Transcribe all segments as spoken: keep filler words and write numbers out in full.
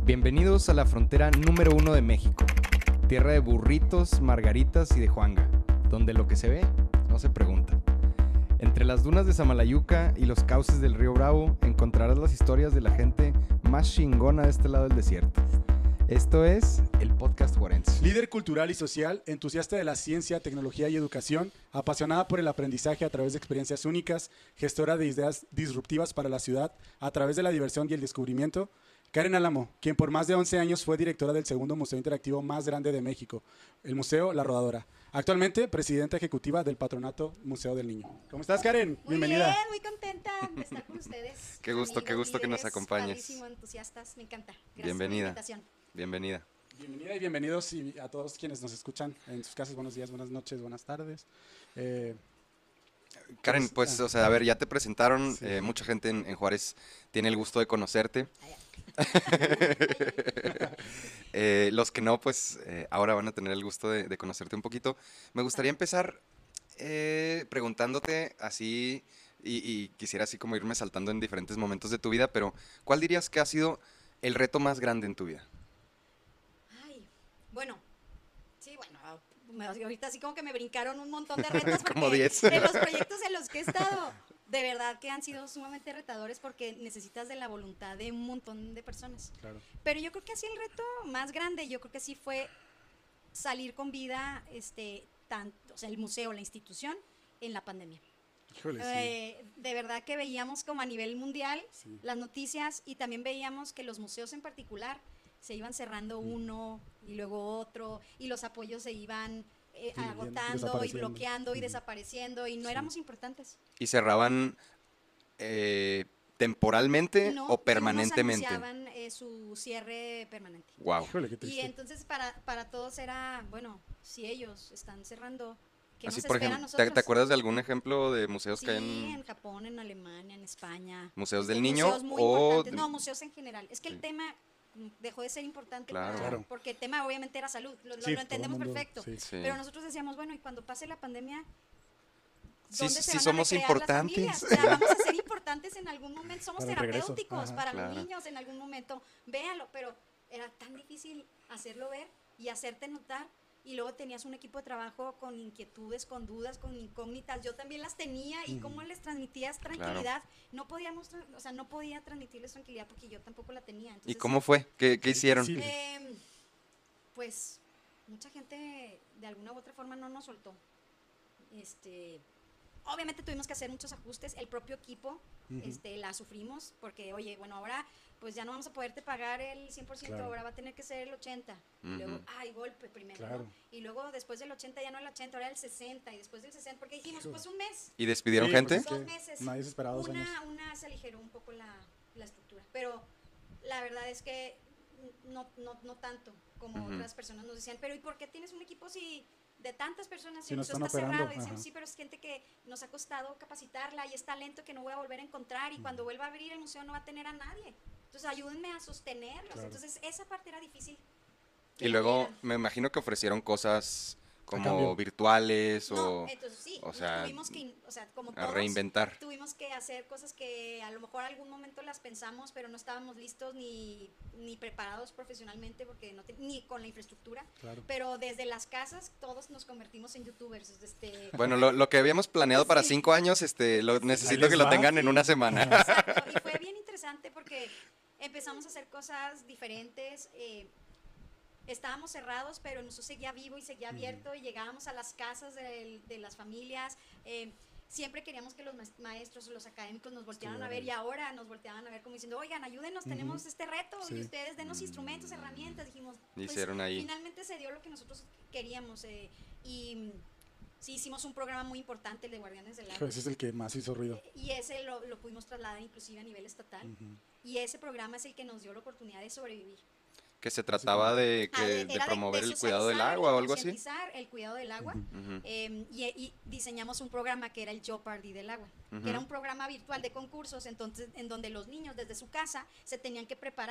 Bienvenidos a la frontera número uno de México, tierra de burritos, margaritas y de Juanga, donde lo que se ve no se pregunta. Entre las dunas de Samalayuca y los cauces del río Bravo encontrarás las historias de la gente más chingona de este lado del desierto. Esto es el Podcast Juarense. Líder cultural y social, entusiasta de la ciencia, tecnología y educación, apasionada por el aprendizaje a través de experiencias únicas, gestora de ideas disruptivas para la ciudad a través de la diversión y el descubrimiento, Karen Álamo, quien por más de once años fue directora del segundo museo interactivo más grande de México, el Museo La Rodadora. Actualmente, presidenta ejecutiva del Patronato Museo del Niño. ¿Cómo estás, Karen? Muy Bienvenida. bien, muy contenta de estar con ustedes. Qué gusto, amigos, qué gusto que nos líderes, acompañes. padrísimo, entusiastas, me encanta. Gracias Bienvenida. por la invitación. Bienvenida. Bienvenida y bienvenidos y a todos quienes nos escuchan en sus casas. Buenos días, buenas noches, buenas tardes. Eh, Karen, pues, o sea, a ver, ya te presentaron, Sí. eh, mucha gente en, en Juárez tiene el gusto de conocerte. Eh, los que no, pues, eh, ahora van a tener el gusto de, de conocerte un poquito. Me gustaría empezar eh, preguntándote así, y, y quisiera así como irme saltando en diferentes momentos de tu vida, pero ¿cuál dirías que ha sido el reto más grande en tu vida? Ay, bueno, sí, bueno, me- ahorita así como que me brincaron un montón de retos porque Como diez. de los proyectos en los que he estado, de verdad que han sido sumamente retadores porque necesitas de la voluntad de un montón de personas. claro. Pero yo creo que así el reto más grande, yo creo que sí fue salir con vida, este, tanto, o sea, el museo, la institución, en la pandemia. Híjole, sí. Eh, de verdad que veíamos como a nivel mundial Sí. las noticias y también veíamos que los museos en particular se iban cerrando uno y luego otro y los apoyos se iban eh, Sí, bien, agotando y desapareciendo. bloqueando y Ujú. desapareciendo y no Sí. éramos importantes. ¿Y cerraban eh, temporalmente No, o y permanentemente? unos anunciaban eh, su cierre permanente. Wow. Híjole, qué Y triste. entonces para, para todos era, bueno, si ellos están cerrando, ¿qué Así, nos por espera a ejemplo, ¿te, nosotros? te acuerdas de algún ejemplo de museos Sí, que hay en Japón, en Alemania, en España. museos Este, del niño museos muy o importantes. de- No, museos en general. Es que Sí. el tema mm, dejó de ser importante Claro. para- Claro. porque el tema obviamente era salud. Lo, lo- Sí, lo todo entendemos mundo- perfecto. sí. Sí. Pero nosotros decíamos, bueno, y cuando pase la pandemia, Sí, ¿dónde sí, se sí van a somos recrear las importantes. familias? O sea, vamos a ser importantes en algún momento. Somos Para el regreso. terapéuticos Ajá. para Claro. los niños en algún momento. Véanlo, pero era tan difícil hacerlo ver y hacerte notar. Y luego tenías un equipo de trabajo con inquietudes, con dudas, con incógnitas. Yo también las tenía. ¿Y cómo les transmitías tranquilidad? No podíamos, tra- o sea, no podía transmitirles tranquilidad porque yo tampoco la tenía. ¿Y Entonces, cómo fue? ¿Qué, qué hicieron? Sí. eh, pues mucha gente de alguna u otra forma no nos soltó. Este, obviamente tuvimos que hacer muchos ajustes. El propio equipo, Ujú. este, la sufrimos porque, oye, bueno, ahora pues ya no vamos a poderte pagar el cien por ciento, Claro. ahora va a tener que ser el ochenta. Y luego, Ujú. ay, golpe primero, Claro. ¿no? Y luego después del ochenta ya no el ochenta, ahora el sesenta y después del sesenta, porque dijimos, Hijo. pues un mes. ¿Y despidieron Sí, gente? pues, Dos que meses. nadie se esperaba dos años. Una, una se aligeró un poco la, la estructura, pero la verdad es que no, no, no tanto como Ujú. otras personas nos decían, pero ¿y por qué tienes un equipo si de tantas personas Si si el no museo están está operando, cerrado? Y decíamos, ajá. sí, pero es gente que nos ha costado capacitarla y es talento que no voy a volver a encontrar y cuando vuelva a abrir el museo no va a tener a nadie. Entonces ayúdenme a sostenerlos. Claro. Entonces esa parte era difícil. Y luego Era- me imagino que ofrecieron cosas como cambio. virtuales No, o entonces sí, o nos sea, tuvimos que, in- o sea, como a todos, reinventar. tuvimos que hacer cosas que a lo mejor algún momento las pensamos, pero no estábamos listos ni, ni preparados profesionalmente porque no te- ni con la infraestructura. Claro. Pero desde las casas todos nos convertimos en youtubers. Este, Bueno, lo, lo que habíamos planeado para Sí. cinco años, este, lo necesito les que lo va. tengan en una semana. Exacto, y fue bien interesante porque empezamos a hacer cosas diferentes. eh, estábamos cerrados, pero el museo seguía vivo y seguía abierto y llegábamos a las casas de, de las familias. eh, siempre queríamos que los maes- maestros o los académicos nos voltearan a ver y ahora nos volteaban a ver como diciendo, oigan, ayúdenos, tenemos Ujú. este reto Sí. y ustedes denos instrumentos, herramientas. Dijimos, pues, Hicieron ahí. finalmente se dio lo que nosotros queríamos eh, y mm, sí hicimos un programa muy importante, el de Guardianes del Hijo, Agua. ese es el que más hizo ruido. Y ese lo, lo pudimos trasladar inclusive a nivel estatal. Ujú. Y ese programa es el que nos dio la oportunidad de sobrevivir. Que se trataba de, Ah, que, de- de era promover de el cuidado del socializar agua y o algo así. concientizar el cuidado del agua. Ujú. Eh, y, y diseñamos un programa que era el Jeopardy del agua, Ujú. que era un programa virtual de concursos entonces, en donde los niños desde su casa se tenían que preparar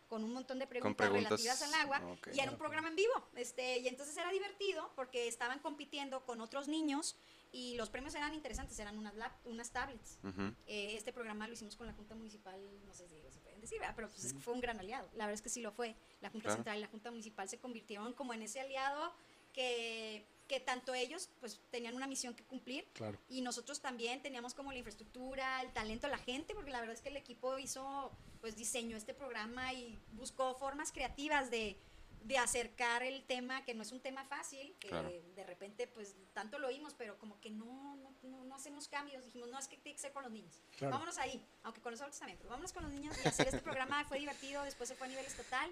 con un montón de preguntas, preguntas, relativas al agua, ok. y era un programa en vivo, este, y entonces era divertido porque estaban compitiendo con otros niños y los premios eran interesantes, eran unas, lap, unas tablets. Ujú. Eh, este programa lo hicimos con la Junta Municipal, no sé si se pueden decir, ¿verdad? Pero pues es que fue un gran aliado, la verdad es que sí lo fue. La Junta Claro. Central y la Junta Municipal se convirtieron como en ese aliado que, que tanto ellos pues tenían una misión que cumplir, Claro. y nosotros también teníamos como la infraestructura, el talento, la gente, porque la verdad es que el equipo hizo, pues diseñó este programa y buscó formas creativas de, de acercar el tema, que no es un tema fácil, que Claro. de repente pues tanto lo oímos, pero como que no, no, no, no hacemos cambios, dijimos, no, es que tiene que ser con los niños, Claro. vámonos ahí, aunque con los adultos también, pero vámonos con los niños y hacer este programa fue divertido, después se fue a nivel estatal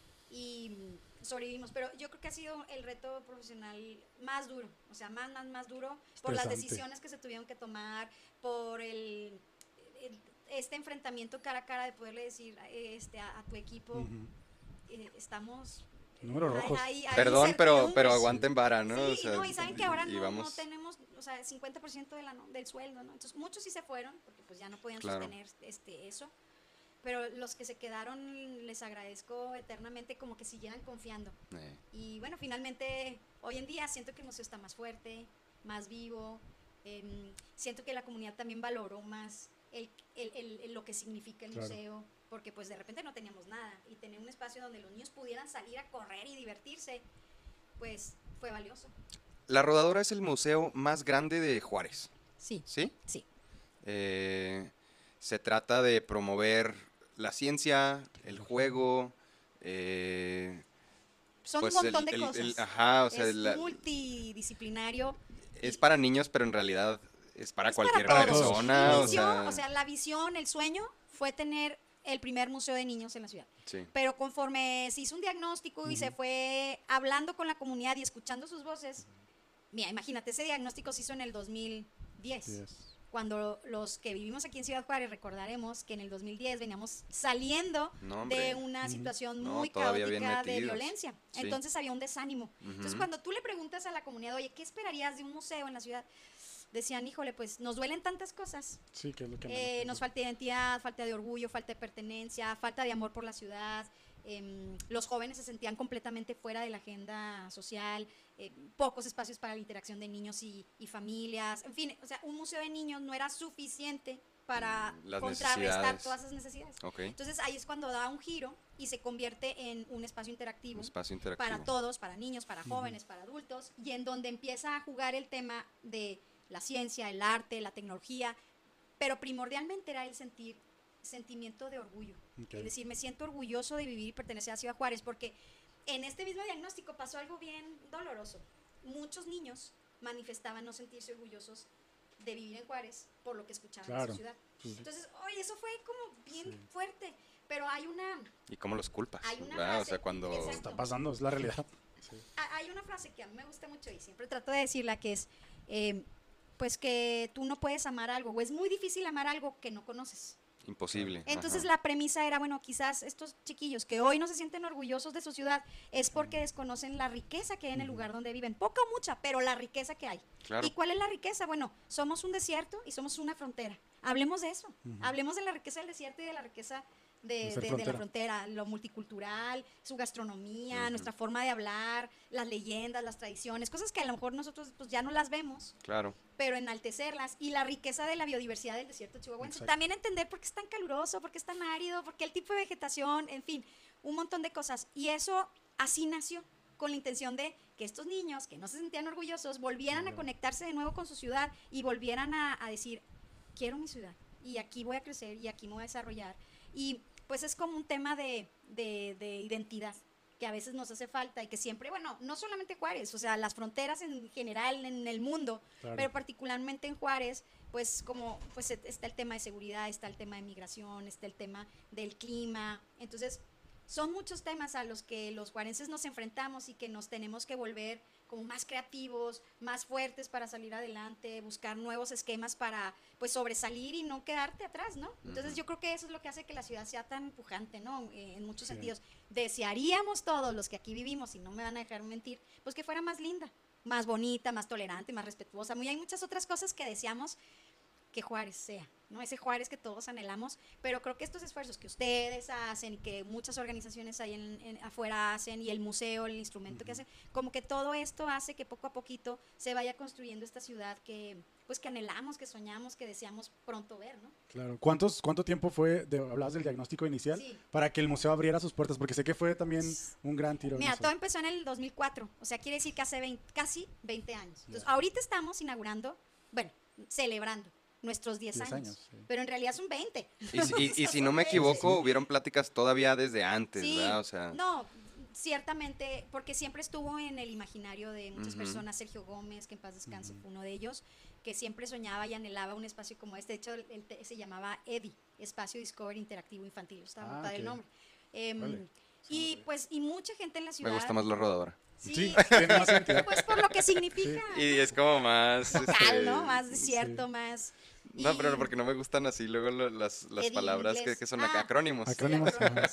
y mm, sobrevivimos, pero yo creo que ha sido el reto profesional más duro, o sea, más, más, más duro por las Estresante. decisiones que se tuvieron que tomar, por el, el- este enfrentamiento cara a cara de poderle decir este, a, a tu equipo, Ujú. eh, estamos... Números hay- rojos. hay- hay Perdón, pero, pero incertidumbres. aguanten vara, ¿no? Sí, O sea, no, y saben que ahora y no, no vamos- tenemos, o sea, cincuenta por ciento de la, no- del sueldo, ¿no? Entonces, muchos sí se fueron, porque pues ya no podían Claro. sostener este, eso, pero los que se quedaron les agradezco eternamente como que siguieran confiando. Eh, Y bueno, finalmente, hoy en día siento que el museo está más fuerte, más vivo, em, siento que la comunidad también valoró más el, el- el- el- lo que significa el Claro. museo, porque pues de repente no teníamos nada, y tener un espacio donde los niños pudieran salir a correr y divertirse, pues fue valioso. La Rodadora es el museo más grande de Juárez, Sí, ¿sí? sí. Eh, se trata de promover la ciencia, el juego, eh, Son pues un el- montón de el- cosas. el- ajá, o sea, es la- multidisciplinario. es para niños, pero en realidad es para Es para cualquier todos. persona. O Inició, sea, o sea, la visión, el sueño fue tener el primer museo de niños en la ciudad. sí. Pero conforme se hizo un diagnóstico y se fue hablando con la comunidad y escuchando sus voces, mira, imagínate, ese diagnóstico se hizo en el dos mil diez. Yes. Cuando los que vivimos aquí en Ciudad Juárez recordaremos que en el dos mil diez veníamos saliendo No, hombre. de una situación No, muy todavía bien caótica de metidos. violencia. Sí. Entonces había un desánimo. Entonces Ujú. cuando tú le preguntas a la comunidad, oye, ¿qué esperarías de un museo en la ciudad? Decían, híjole, pues nos duelen tantas cosas. Sí, que es lo que Eh, nos falta identidad, falta de orgullo, falta de pertenencia, falta de amor por la ciudad. Em, los jóvenes se sentían completamente fuera de la agenda social, eh, pocos espacios para la interacción de niños y, y familias. En fin, o sea, un museo de niños no era suficiente para Mm, las contrarrestar necesidades. todas esas necesidades. Ok, Entonces ahí es cuando da un giro y se convierte en un espacio interactivo un espacio interactivo. para todos, para niños, para jóvenes, para adultos, y en donde empieza a jugar el tema de la ciencia, el arte, la tecnología, pero primordialmente era el sentir sentimiento de orgullo. Ok. Es decir, me siento orgulloso de vivir y pertenecer a Ciudad Juárez, porque en este mismo diagnóstico pasó algo bien doloroso. Muchos niños manifestaban no sentirse orgullosos de vivir en Juárez por lo que escuchaban de Claro. su ciudad. Pues, Entonces, oye, eso fue como bien Sí. fuerte, pero hay una, ¿Y cómo los culpas? Hay una ¿verdad? O frase, sea, cuando... exacto. está pasando, es la realidad. Sí. ha- hay una frase que a mí me gusta mucho y siempre trato de decirla, que es, eh, pues que tú no puedes amar algo, o es muy difícil amar algo que no conoces. Imposible. Entonces ajá. la premisa era, bueno, quizás estos chiquillos que hoy no se sienten orgullosos de su ciudad es porque desconocen la riqueza que hay en el lugar donde viven, poca o mucha, pero la riqueza que hay. Claro. ¿Y cuál es la riqueza? Bueno, somos un desierto y somos una frontera. Hablemos de eso. Hablemos de la riqueza del desierto y de la riqueza de, De ser de- de la frontera. frontera, lo multicultural, su gastronomía, Ujú. nuestra forma de hablar, las leyendas, las tradiciones, cosas que a lo mejor nosotros pues ya no las vemos, Claro. pero enaltecerlas, y la riqueza de la biodiversidad del desierto chihuahuense. Exacto. También entender por qué es tan caluroso, por qué es tan árido, por qué el tipo de vegetación, en fin, un montón de cosas. Y eso así nació, con la intención de que estos niños que no se sentían orgullosos volvieran a conectarse de nuevo con su ciudad y volvieran a, a decir, quiero mi ciudad y aquí voy a crecer y aquí me voy a desarrollar. Y pues es como un tema de, de, de identidad que a veces nos hace falta y que siempre, bueno, no solamente Juárez, o sea, las fronteras en general en el mundo, Claro. pero particularmente en Juárez, pues como pues e- está el tema de seguridad, está el tema de migración, está el tema del clima. Entonces, son muchos temas a los que los juarenses nos enfrentamos y que nos tenemos que volver como más creativos, más fuertes para salir adelante, buscar nuevos esquemas para pues sobresalir y no quedarte atrás, ¿no? Entonces Ujú. yo creo que eso es lo que hace que la ciudad sea tan pujante, ¿no? Eh, en muchos Sí. sentidos. Desearíamos todos los que aquí vivimos, y no me van a dejar mentir, pues que fuera más linda, más bonita, más tolerante, más respetuosa. Muy, hay muchas otras cosas que deseamos, que Juárez sea, ¿no? Ese Juárez que todos anhelamos, pero creo que estos esfuerzos que ustedes hacen y que muchas organizaciones ahí en, en, afuera hacen y el museo, el instrumento uh-huh. que hacen, como que todo esto hace que poco a poquito se vaya construyendo esta ciudad que, pues, que anhelamos, que soñamos, que deseamos pronto ver, ¿no? Claro. ¿Cuántos, ¿Cuánto tiempo fue, de, hablabas del diagnóstico inicial, sí. para que el museo abriera sus puertas? Porque sé que fue también un gran tiro. Mira, todo empezó en el dos mil cuatro, o sea, quiere decir que hace veinte, casi veinte años. Entonces, yeah. ahorita estamos inaugurando, bueno, celebrando nuestros diez años, años sí. pero en realidad son veinte. Y, y, y, y si no me equivoco, sí. hubieron pláticas todavía desde antes, sí, ¿verdad? O sea, no, ciertamente, porque siempre estuvo en el imaginario de muchas uh-huh. personas. Sergio Gómez, que en paz descanse, uh-huh. fue uno de ellos, que siempre soñaba y anhelaba un espacio como este. De hecho, él, él se llamaba E D I, Espacio Discovery Interactivo Infantil, estaba ah, muy padre okay. el nombre. Eh, vale. Y sí, pues, y mucha gente en la ciudad. Me gusta más la rodadora. Sí, sí, pues por lo que significa. Sí. Y es como más local, este, ¿no? Más desierto, sí. más. No, pero porque no me gustan así luego lo, las, las Eddie, palabras que, que son ah, acrónimos. Acrónimos.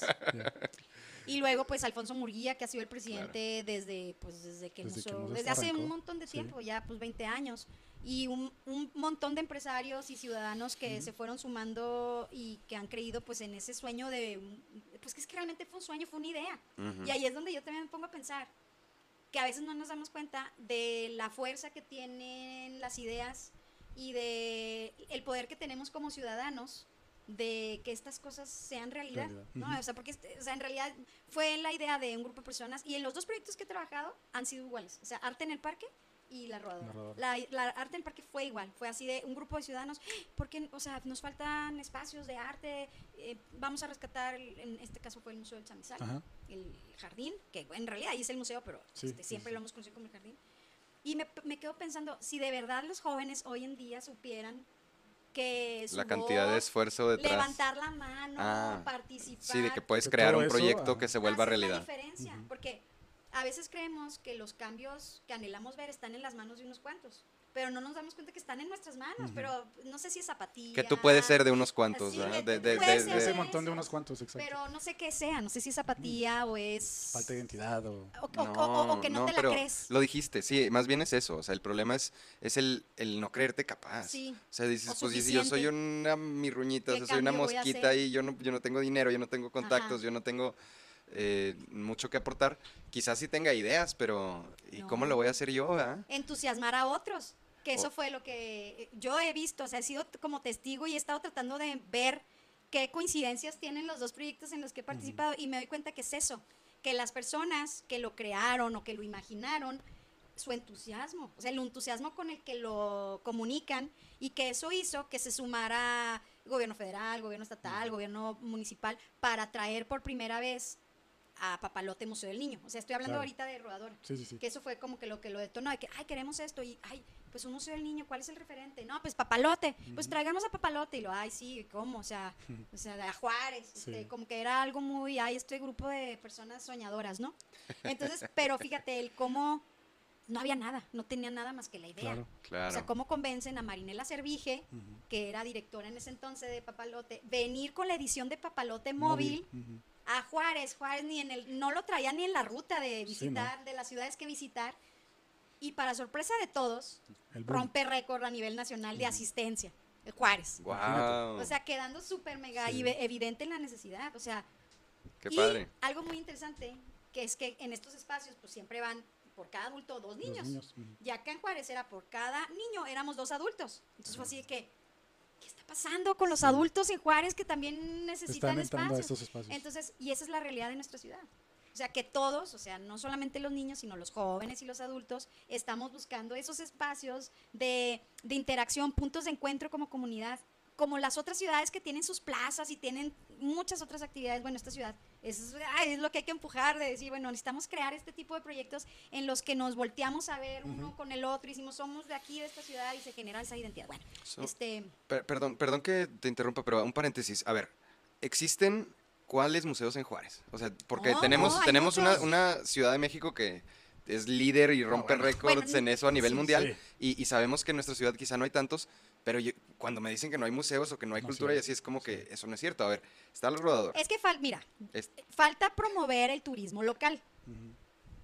Y luego pues Alfonso Murguía, que ha sido el presidente claro. desde pues desde que, desde, nos, que desde hace un montón de tiempo, sí. ya pues veinte años. Y un, un montón de empresarios y ciudadanos que uh-huh. se fueron sumando y que han creído pues en ese sueño de, pues que es que realmente fue un sueño, fue una idea. Uh-huh. Y ahí es donde yo también me pongo a pensar que a veces no nos damos cuenta de la fuerza que tienen las ideas y de el poder que tenemos como ciudadanos de que estas cosas sean realidad, realidad. ¿no? Uh-huh. O sea, porque o sea, en realidad fue la idea de un grupo de personas y en los dos proyectos que he trabajado han sido iguales, o sea, Arte en el Parque y La Rodadora. La, rodadora. la, la Arte en el Parque fue igual, fue así de un grupo de ciudadanos, porque, o sea, nos faltan espacios de arte, eh, vamos a rescatar, en este caso fue el Museo del Chamizal, uh-huh. el jardín, que en realidad ahí es el museo, pero sí, este, siempre sí, sí. lo hemos conocido como el jardín. Y me, me quedo pensando, si de verdad los jóvenes hoy en día supieran que su la cantidad voz, de esfuerzo detrás, levantar la mano, ah, participar. Sí, de que puedes crear un proyecto eso, que se vuelva hace realidad. La diferencia, uh-huh. porque a veces creemos que los cambios que anhelamos ver están en las manos de unos cuantos, pero no nos damos cuenta que están en nuestras manos, uh-huh. pero no sé si es apatía. Que tú puedes ser de unos cuantos, así, ¿verdad? De, de, de, de, de, de ese montón de unos cuantos, exacto. Pero no sé qué sea, no sé si es apatía uh-huh. o es... falta de identidad o... O, o, no, o, o que no, no te la pero crees. Lo dijiste, sí, más bien es eso, o sea, el problema es, es el, el no creerte capaz. Sí. O sea, dices, o pues si yo soy una mirruñita, o sea, soy una mosquita y yo no, yo no tengo dinero, yo no tengo contactos, Ajá. yo no tengo... Eh, mucho que aportar, quizás sí tenga ideas, pero ¿y no. cómo lo voy a hacer yo? ¿eh? Entusiasmar a otros, que eso oh. fue lo que yo he visto, o sea, he sido como testigo y he estado tratando de ver qué coincidencias tienen los dos proyectos en los que he participado uh-huh. y me doy cuenta que es eso, que las personas que lo crearon o que lo imaginaron, su entusiasmo, o sea, el entusiasmo con el que lo comunican y que eso hizo que se sumara gobierno federal, gobierno estatal, uh-huh. gobierno municipal para traer por primera vez a Papalote Museo del Niño. O sea, estoy hablando claro. ahorita de Rodadora. Sí, sí, sí. Que eso fue como que lo que lo detonó, de que, ay, queremos esto, y, ay, pues un Museo del Niño, ¿cuál es el referente? No, pues Papalote, uh-huh. pues traigamos a Papalote, y lo, ay, sí, ¿cómo? O sea, uh-huh. o sea, de Juárez, sí. este, como que era algo muy, ay, este grupo de personas soñadoras, ¿no? Entonces, pero fíjate, el cómo no había nada, no tenía nada más que la idea. Claro, claro. O sea, cómo convencen a Marinela Servige, uh-huh. que era directora en ese entonces de Papalote, venir con la edición de Papalote móvil, móvil. Uh-huh. a Juárez, Juárez ni en el, no lo traía ni en la ruta de visitar, sí, ¿no? de las ciudades que visitar, y para sorpresa de todos, rompe récord a nivel nacional de uh-huh. asistencia, el Juárez. Wow. O sea, quedando súper mega sí. evidente en la necesidad, o sea, qué y padre. Algo muy interesante, que es que en estos espacios, pues siempre van por cada adulto dos niños, dos niños. Uh-huh. ya que en Juárez era por cada niño, éramos dos adultos, entonces uh-huh. fue así de que, ¿qué está pasando con los sí. adultos en Juárez que también necesitan espacios? Estos espacios? Entonces, y esa es la realidad de nuestra ciudad. O sea, que todos, o sea, no solamente los niños, sino los jóvenes y los adultos, estamos buscando esos espacios de, de interacción, puntos de encuentro como comunidad, como las otras ciudades que tienen sus plazas y tienen muchas otras actividades. Bueno, esta ciudad es, ay, es lo que hay que empujar, de decir, bueno, necesitamos crear este tipo de proyectos en los que nos volteamos a ver uh-huh. uno con el otro y decimos, somos de aquí, de esta ciudad, y se genera esa identidad. Bueno, so, este... Per- perdón, perdón que te interrumpa, pero un paréntesis. A ver, ¿existen cuáles museos en Juárez? O sea, porque no, tenemos, no, tenemos una, una Ciudad de México que es líder y rompe oh, bueno. récords bueno, en eso a nivel sí, mundial, sí. Y, y sabemos que en nuestra ciudad quizá no hay tantos, pero yo, cuando me dicen que no hay museos o que no hay no, cultura sí, y así es como sí. que eso no es cierto. A ver, está la rodadora. Es que, fal- mira, es... falta promover el turismo local. Uh-huh.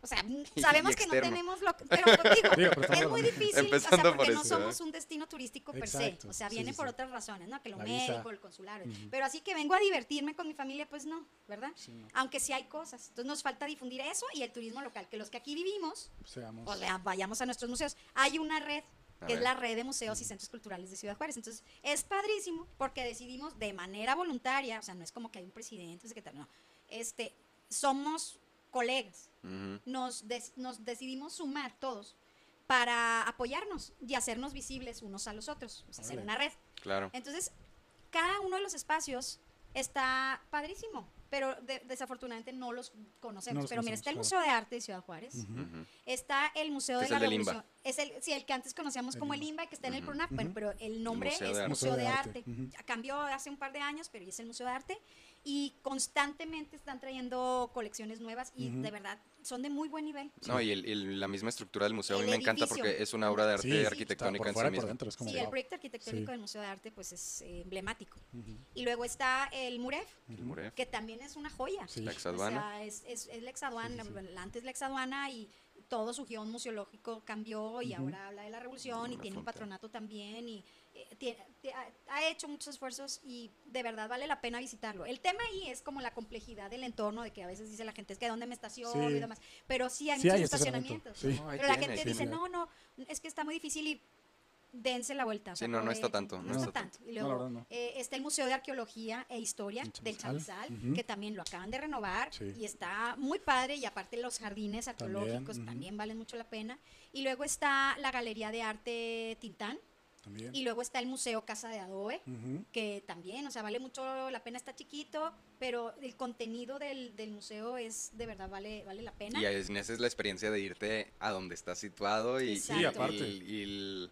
O sea, Y sabemos que no externo. tenemos lo que, pero digo, Digo, pero estamos es muy hablando- difícil, o Empezando sea, porque por no eso, somos ¿eh? un destino turístico per Exacto, se, o sea, sí, viene sí, por sí. otras razones, ¿no? Que lo La visa. médico, el consulario. Ujú. Pero así que vengo a divertirme con mi familia, pues no, ¿verdad? Sí, no. Aunque sí hay cosas. Entonces nos falta difundir eso y el turismo local, que los que aquí vivimos, Seamos. pues vea- vayamos a nuestros museos. Hay una red A que es ver. la red de museos y centros culturales de Ciudad Juárez. Entonces, es padrísimo porque decidimos de manera voluntaria, o sea, no es como que hay un presidente, secretario, no. Este, somos colegas. Ujú. Nos, des- nos decidimos sumar todos para apoyarnos y hacernos visibles unos a los otros, o sea, hacer Órale. una red. Claro. Entonces, cada uno de los espacios está padrísimo, pero de- desafortunadamente no los conocemos. No los pero mira, está el conocemos, Museo de Arte de Ciudad Juárez, Ujú. Ujú. está el Museo Que de es la el del IMBA. Revolución. Es el, sí, el que antes conocíamos El como el IMBA. IMBA, que está en el Ujú. PRONAF, bueno, Ujú. pero el nombre Museo es de Arte. Museo de Arte. Ujú. Cambió hace un par de años, pero ya es el Museo de Arte. Y constantemente están trayendo colecciones nuevas y Ujú. de verdad son de muy buen nivel. No, y el- el- la misma estructura del museo a mí El me encanta edificio. porque es una obra de arte Sí, arquitectónica está en por sí fuera y por misma. dentro, es como Sí, wow. el proyecto arquitectónico Sí. del Museo de Arte pues es eh, emblemático. Ujú. Y luego está el Muref, El Muref. que también es una joya. Sí. La exaduana. O sea, es, es, es la exaduana, Sí, sí, sí. bueno, antes la exaduana y todo su guión museológico cambió y Ujú. ahora habla de la revolución y La tiene un frontera. patronato también y eh, tiene- te- ha, ha hecho muchos esfuerzos y de verdad vale la pena visitarlo. El tema ahí es como la complejidad del entorno, de que a veces dice la gente es que dónde me estaciono Sí. y demás, pero sí hay Sí muchos hay estacionamiento, estacionamientos. sí. No, ahí Pero la tiene, gente ahí dice, tiene. no, no, es que está muy difícil y dense la vuelta. o sea, Sí, no, no está aprovechen. tanto, No, no está está tanto. Y No, luego la verdad no. eh, está el Museo de Arqueología e Historia El del Chamizal. Chamizal, Ujú. que también lo acaban de renovar Sí. y está muy padre y aparte los jardines También, arqueológicos ujú. también valen mucho la pena. Y luego está la Galería de Arte Tintán También. y luego está el Museo Casa de Adobe, Ujú. que también, o sea, vale mucho la pena, está chiquito, pero el contenido del, del museo es, de verdad, vale, vale la pena. Y es- esa es la experiencia de irte a donde estás situado y, Exacto. Sí, aparte. y- y el-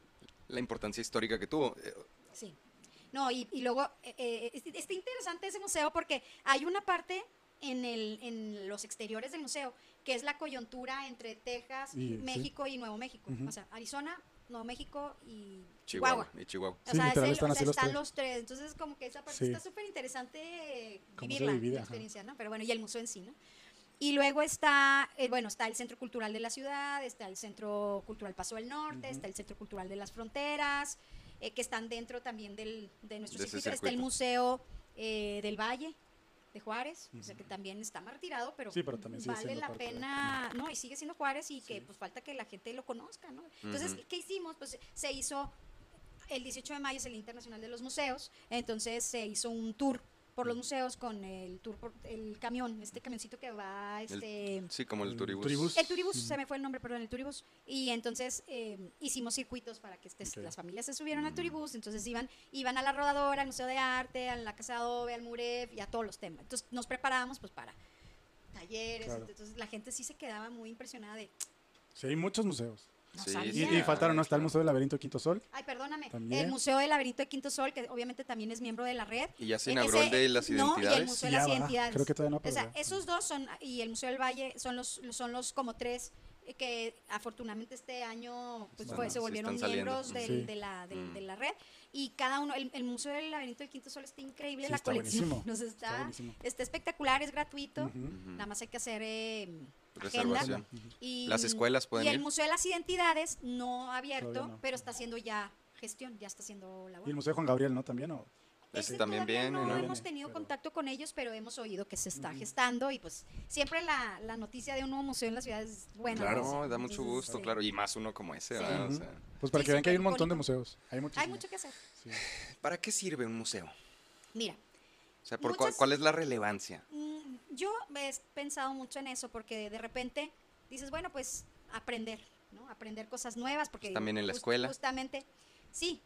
la importancia histórica que tuvo. Eh, Sí. No, y, y luego eh, eh, es- está interesante ese museo porque hay una parte en, el, en los exteriores del museo que es la coyuntura entre Texas, Y- sí. México y Nuevo México. Ujú. O sea, Arizona, Nuevo México y Chihuahua. Chihuahua. Y Chihuahua. O Sí, sea, es literal, el- están o así sea, los están tres. los tres. Entonces, como que esa parte Sí. está súper interesante Cómo se vivirla, divide, la ajá. experiencia, ¿no? Pero bueno, y el museo en sí, ¿no? Y luego está, eh, bueno, está el Centro Cultural de la Ciudad, está el Centro Cultural Paso del Norte, Ujú. está el Centro Cultural de las Fronteras, eh, que están dentro también del, de nuestro De ese circuito. Está el circuito. Museo eh, del Valle de Juárez, o sea que también está más retirado, pero, Sí, pero también sigue vale siendo la parte de- pena, no, y sigue siendo Juárez y que Sí. pues falta que la gente lo conozca, ¿no? Entonces, Ujú. ¿qué hicimos? Pues se hizo, el dieciocho de mayo es el Día Internacional de los Museos, entonces se hizo un tour por los museos con el tour por el camión, este camioncito que va, este... Sí, como el El turibús. turibús. El turibús, Ujú. se me fue el nombre, perdón, el turibús. Y entonces eh, hicimos circuitos para que estés- Ok. las familias se subieran al Mm. turibús. Entonces iban, iban a la rodadora, al Museo de Arte, a la Casa de Adobe, al Muref y a todos los temas. Entonces nos preparábamos pues para talleres. Claro. Entonces la gente sí se quedaba muy impresionada de, Sí, hay muchos museos. no Sí, sabía. Y, sí, y faltaron, ¿no? Está el claro. Museo del Laberinto de Quinto Sol. Ay, perdóname. También. El Museo del Laberinto de Quinto Sol, que obviamente también es miembro de la red. Y ya se E- inauguró ese- el de las no, y el identidades. Museo de Ya las va. Identidades. Creo que todavía no, O pero sea, ya. esos dos son, y el Museo del Valle son los, son los como tres eh, que afortunadamente este año pues, Bueno, fue- se sí volvieron están saliendo. miembros del- Sí. de, la, del- Mm. de la red. Y cada uno, el, el Museo del Laberinto del Quinto Sol está increíble, Sí, la está colección. buenísimo, Nos Está está, buenísimo. está espectacular, es gratuito. Ujú. Ujú. Nada más hay que hacer eh, agenda. Reservación. Y, Las escuelas pueden y el ir. Museo de las Identidades no abierto, Todavía no. pero está haciendo ya gestión, ya está haciendo labor. Y el Museo de Juan Gabriel, ¿no? También, ¿o? Ese Ese también todavía viene, no, ¿no? hemos Viene, tenido pero- contacto con ellos, pero hemos oído que se está Ujú. gestando y pues siempre la, la noticia de un nuevo museo en la ciudad es buena. Claro. ¿no? No, da mucho Entonces, gusto, sí. claro. Y más uno como ese, Sí. ¿verdad? O Ujú. sea, Pues para Sí, que vean que hay un súper montón de icónico. museos. Hay muchísimos. Hay mucho que hacer. Sí. ¿para qué sirve un museo? Mira, O sea, ¿por cuál, Muchas- cuál es la relevancia? mm, yo he pensado mucho en eso porque de repente dices, bueno, pues aprender, ¿no? Aprender cosas nuevas porque... Pues también en la jus- escuela. Justamente, sí.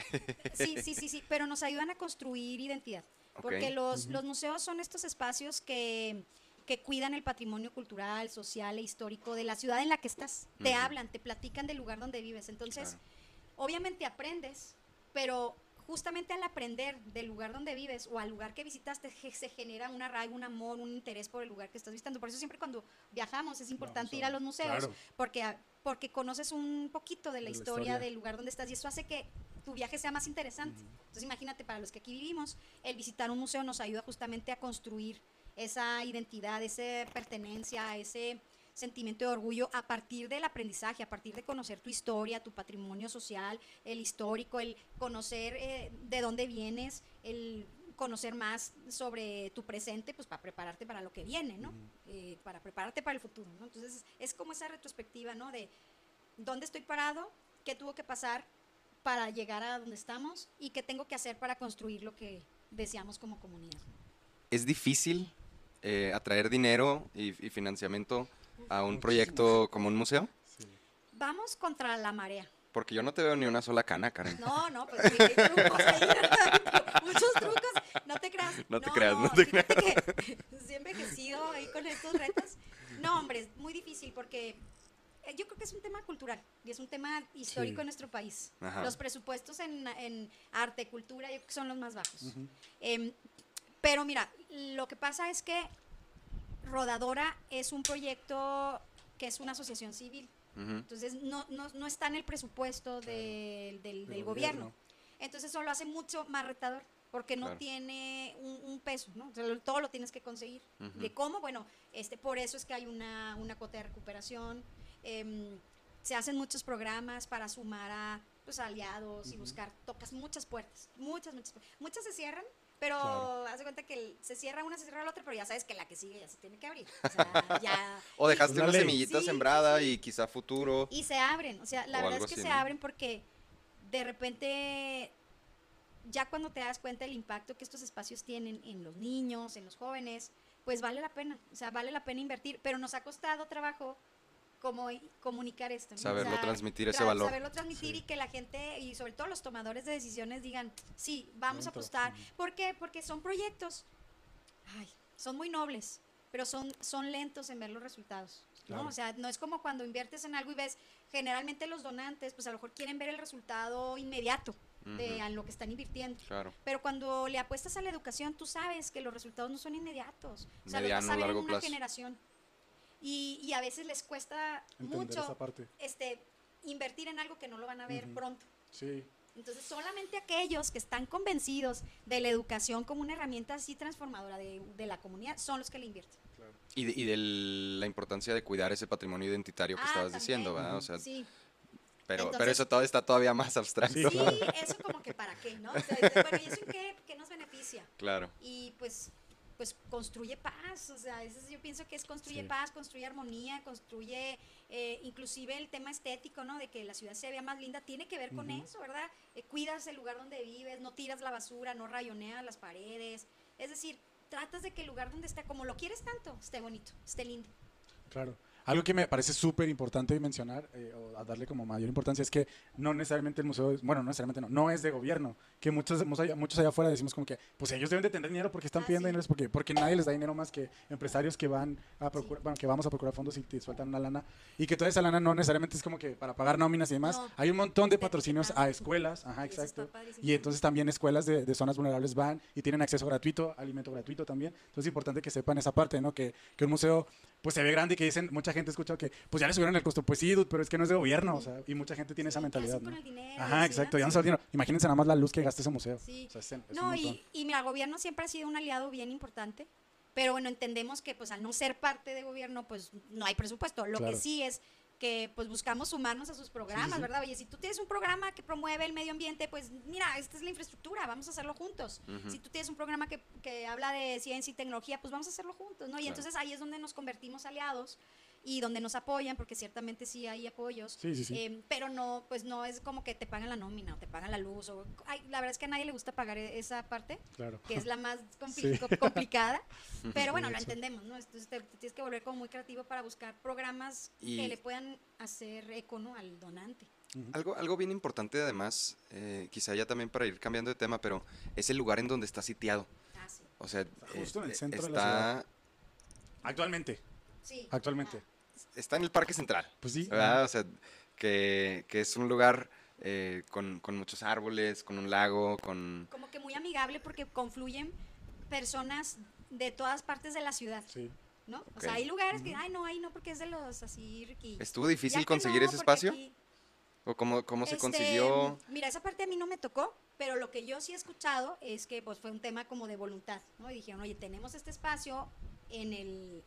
Sí, sí, sí, sí, pero nos ayudan a construir identidad. Porque Ok. los, Ujú. los museos son estos espacios que, que cuidan el patrimonio cultural, social e histórico de la ciudad en la que estás. Te Ujú. hablan, te platican del lugar donde vives. Entonces, Claro. obviamente aprendes, pero justamente al aprender del lugar donde vives o al lugar que visitaste, ge- se genera un arraigo, un amor, un interés por el lugar que estás visitando. Por eso siempre cuando viajamos es importante Vamos ir a los museos, Claro. porque, a- porque conoces un poquito de la, De la historia, historia. del lugar donde estás y eso hace que tu viaje sea más interesante. Ujú. Entonces imagínate, para los que aquí vivimos, el visitar un museo nos ayuda justamente a construir esa identidad, esa pertenencia, ese sentimiento de orgullo a partir del aprendizaje, a partir de conocer tu historia, tu patrimonio social, el histórico, el conocer eh, de dónde vienes, el conocer más sobre tu presente, pues para prepararte para lo que viene, ¿no? Uh-huh. Eh, para prepararte para el futuro, ¿no? Entonces es, es como esa retrospectiva, ¿no? De dónde estoy parado, qué tuvo que pasar para llegar a donde estamos y qué tengo que hacer para construir lo que deseamos como comunidad. ¿Es difícil eh, atraer dinero y, y financiamiento a un proyecto como un museo? Sí. Vamos contra la marea. Porque yo no te veo ni una sola cana, Karen. No, no, pues sí, hay trucos ahí, muchos trucos, no te creas. No te no, creas, no, no te fíjate creas. Que sí he envejecido ahí con estos retos. No, hombre, es muy difícil porque yo creo que es un tema cultural y es un tema histórico sí. en nuestro país. Ajá. Los presupuestos en, en arte, cultura, yo creo que son los más bajos. Uh-huh. eh, pero mira, lo que pasa es que Rodadora es un proyecto que es una asociación civil. Uh-huh. Entonces no, no, no está en el presupuesto de, del, del gobierno. gobierno. Entonces eso lo hace mucho más retador porque no claro. tiene un, un peso, ¿no? O sea, todo lo tienes que conseguir. Uh-huh. ¿De cómo? Bueno, este, por eso es que hay una, una cuota de recuperación. Eh, se hacen muchos programas para sumar a pues, aliados uh-huh. y buscar, tocas muchas puertas, muchas, muchas puertas. Muchas se cierran, pero claro. haz de cuenta que el, se cierra una, se cierra la otra, pero ya sabes que la que sigue ya se tiene que abrir. O sea, ya... o dejaste y, una semillita sí, sembrada sí. y quizá futuro. Y se abren, o sea, la verdad es que así, se ¿no? abren porque de repente ya cuando te das cuenta del impacto que estos espacios tienen en los niños, en los jóvenes, pues vale la pena, o sea, vale la pena invertir, pero nos ha costado trabajo como comunicar esto, ¿no? Saberlo o sea, transmitir ese tra- valor. Saberlo transmitir sí. y que la gente, y sobre todo los tomadores de decisiones digan, sí, vamos Dentro. a apostar. ¿Por qué? Porque son proyectos, ay, son muy nobles, pero son, son lentos en ver los resultados, ¿no? Claro. O sea, no es como cuando inviertes en algo y ves, generalmente los donantes, pues a lo mejor quieren ver el resultado inmediato uh-huh. de a lo que están invirtiendo. Claro. Pero cuando le apuestas a la educación, tú sabes que los resultados no son inmediatos. O sea, Mediano, los vas a ver largo en una plazo. generación. Y, y a veces les cuesta Entender mucho esa parte. este, invertir en algo que no lo van a ver uh-huh. pronto. Sí. Entonces, solamente aquellos que están convencidos de la educación como una herramienta así transformadora de, de la comunidad son los que le invierten. Claro. Y, de, y de la importancia de cuidar ese patrimonio identitario que ah, estabas también. diciendo, ¿verdad? O sea, sí. Pero, Entonces, pero eso todo está todavía más abstracto. Sí, sí, eso como que para qué, ¿no? O sea, bueno, ¿y eso en qué, qué nos beneficia? Claro. Y pues... pues construye paz, o sea, eso yo pienso que es construye sí. paz, construye armonía, construye eh, inclusive el tema estético, ¿no? De que la ciudad se vea más linda, tiene que ver con uh-huh. eso, ¿verdad? Eh, cuidas el lugar donde vives, no tiras la basura, no rayoneas las paredes, es decir, tratas de que el lugar donde está, como lo quieres tanto, esté bonito, esté lindo. Claro. Algo que me parece súper importante mencionar, eh, o a darle como mayor importancia, es que no necesariamente el museo, es, bueno, no necesariamente no, no es de gobierno, que muchos, muchos allá afuera decimos como que, pues ellos deben de tener dinero porque están ah, pidiendo sí. dinero, porque, porque nadie les da dinero más que empresarios que van a procurar, sí. bueno, que vamos a procurar fondos y te sueltan una lana, y que toda esa lana no necesariamente es como que para pagar nóminas y demás, no. hay un montón de patrocinios a escuelas, ajá, exacto, y entonces también escuelas de, de zonas vulnerables van y tienen acceso gratuito, alimento gratuito también, entonces es importante que sepan esa parte, ¿no? Que, que un museo, pues se ve grande y que dicen, mucha gente escucha que, pues ya le subieron el costo, pues sí, dude, pero es que no es de gobierno, o sea, y mucha gente tiene sí, esa mentalidad, ¿no? Con el dinero, ajá, exacto, ya no se el dinero, imagínense nada más la luz que gasta ese museo. Sí. O sea, es, es no, y, y mira, el gobierno siempre ha sido un aliado bien importante, pero bueno, entendemos que pues al no ser parte de gobierno, pues no hay presupuesto, lo claro. que sí es que pues buscamos sumarnos a sus programas, sí, sí. ¿verdad? Oye, si tú tienes un programa que promueve el medio ambiente, pues mira, esta es la infraestructura, vamos a hacerlo juntos. Uh-huh. Si tú tienes un programa que, que habla de ciencia y tecnología, pues vamos a hacerlo juntos, ¿no? Y claro. entonces ahí es donde nos convertimos aliados y donde nos apoyan, porque ciertamente sí hay apoyos, sí, sí, sí. Eh, pero no, pues no es como que te pagan la nómina o te pagan la luz, o, ay, la verdad es que a nadie le gusta pagar esa parte, claro. que es la más compli- sí. complicada, pero bueno, lo entendemos, ¿no? Entonces te, te tienes que volver como muy creativo para buscar programas y que le puedan hacer eco, ¿no? Al donante. Uh-huh. Algo, algo bien importante además, eh, quizá ya también para ir cambiando de tema, pero es el lugar en donde está sitiado. Ah, sí. O sea, justo eh, en el centro está... de la ciudad. Actualmente. Sí. Actualmente. Ah. Está en el Parque Central. Pues sí. ¿Verdad? O sea, que, que es un lugar eh, con, con muchos árboles, con un lago, con... Como que muy amigable porque confluyen personas de todas partes de la ciudad. Sí. ¿No? Okay. O sea, hay lugares que, ay, no, ay, no, porque es de los así riquillos. ¿Estuvo difícil ya conseguir no, ese espacio? Aquí, ¿O cómo, cómo se este, consiguió? Mira, esa parte a mí no me tocó, pero lo que yo sí he escuchado es que pues fue un tema como de voluntad, ¿no? Y dijeron, oye, tenemos este espacio en el...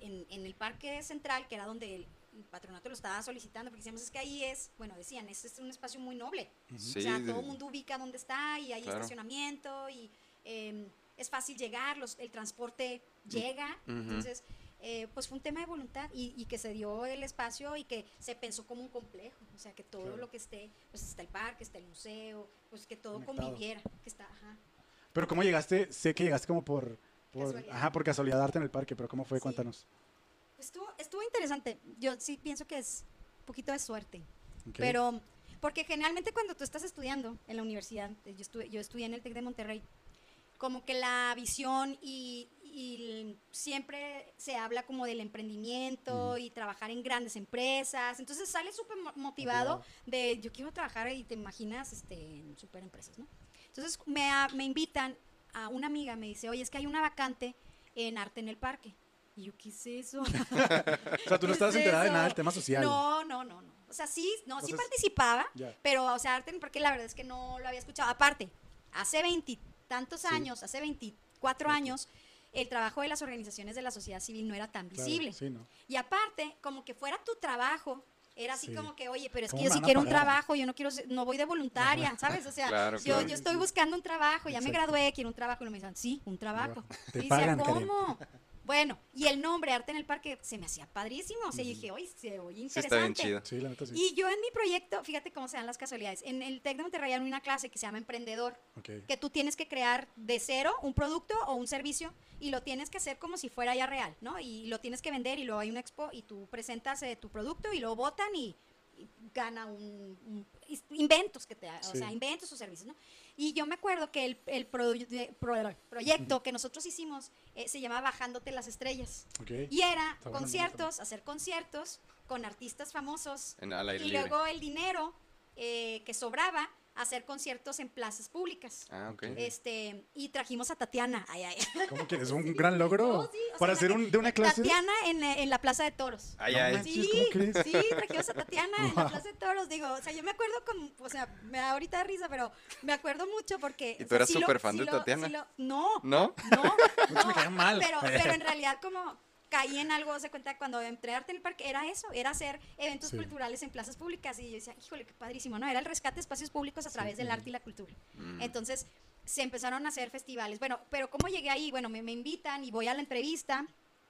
en, en el Parque Central, que era donde el, el patronato lo estaba solicitando, porque decíamos, es que ahí es, bueno, decían, este es un espacio muy noble. Sí, o sea, de- todo el mundo ubica dónde está y hay Claro. estacionamiento y eh, es fácil llegar, los, el transporte llega. Ujú. Entonces, eh, pues fue un tema de voluntad y, y que se dio el espacio y que se pensó como un complejo. O sea, que todo Claro. lo que esté, pues está el parque, está el museo, pues que todo Conectado. conviviera. Que está, ajá. Pero ¿cómo llegaste? Sé que llegaste como por, por Casualidad. ajá, por casualidad a darte en el parque, pero ¿cómo fue? Sí. Cuéntanos. Pues estuvo, estuvo interesante. Yo sí pienso que es un poquito de suerte. Ok. Pero, porque generalmente cuando tú estás estudiando en la universidad, eh, yo, estuve, yo estudié en el TEC de Monterrey, como que la visión y, y el- siempre se habla como del emprendimiento Ujú. y trabajar en grandes empresas. Entonces sales súper mo- motivado Motivado. de yo quiero trabajar y te imaginas este, en súper empresas, ¿no? Entonces me, a- me invitan a una amiga, me dice, oye, es que hay una vacante en arte en el parque. Y yo, ¿qué es eso? O sea, tú no ¿Qué estabas es enterada de eso? nada del tema social. No, no, no, no. O sea, sí, no, sí Entonces, participaba, ya. pero, o sea, arte en el parque la verdad es que no lo había escuchado. Aparte, hace veintitantos Sí. años, hace veinticuatro Ok. años, el trabajo de las organizaciones de la sociedad civil no era tan Claro, visible. sí, ¿no? Y aparte, como que fuera tu trabajo, era así Sí. como que, oye, pero es que ¿Cómo yo me sí van a quiero un pagar? trabajo, yo no quiero, ser- no voy de voluntaria, ¿sabes? O sea, Claro, yo, claro. yo estoy buscando un trabajo, ya me Exacto. gradué, quiero un trabajo. Y me dicen, sí, un trabajo. Te Y decía, pagan, Karen. ¿cómo? Bueno, y el nombre Arte en el Parque se me hacía padrísimo. O sea, yo dije, oye, se oye Sí, interesante. está bien chido. Sí, la neta sí. Y yo en mi proyecto, fíjate cómo se dan las casualidades. En el TEC de Monterrey hay una clase que se llama Emprendedor, Ok. que tú tienes que crear de cero un producto o un servicio y lo tienes que hacer como si fuera ya real, ¿no? Y lo tienes que vender y luego hay una expo y tú presentas eh, tu producto y lo votan y, y gana un, un- is- inventos que te ha- o Sí. sea, inventos o servicios, ¿no? Y yo me acuerdo que el, el produ- de- pro- proyecto que nosotros hicimos eh, se llama Bajándote las Estrellas. Ok. Y era Está bueno el nombre conciertos, hacer conciertos con artistas famosos En, al aire y libre. luego el dinero eh, que sobraba, hacer conciertos en plazas públicas. Ah, ok. Este, y trajimos a Tatiana. Ay, ay. ¿Cómo que es un gran logro? No, sí, o sea, Para hacer un, de una clase. Tatiana en, eh, en la Plaza de Toros. Ay, No ay. manches, Sí, ¿cómo crees? sí, trajimos a Tatiana en la Plaza de Toros. Digo, o sea, yo me acuerdo como, o sea, me da ahorita risa, pero me acuerdo mucho porque. ¿Y o tú sea, eras sí lo- súper fan sí de lo- Tatiana? sí lo- no, ¿No? no, Muchos me caían mal. Pero, pero en realidad, como caí en algo, se cuenta, cuando entré a Arte en el Parque, era eso, era hacer eventos Sí. culturales en plazas públicas. Y yo decía, híjole, qué padrísimo, ¿no? Era el rescate de espacios públicos a través del arte y la cultura. Mm. Entonces, se empezaron a hacer festivales. Bueno, pero ¿cómo llegué ahí? Bueno, me, me invitan y voy a la entrevista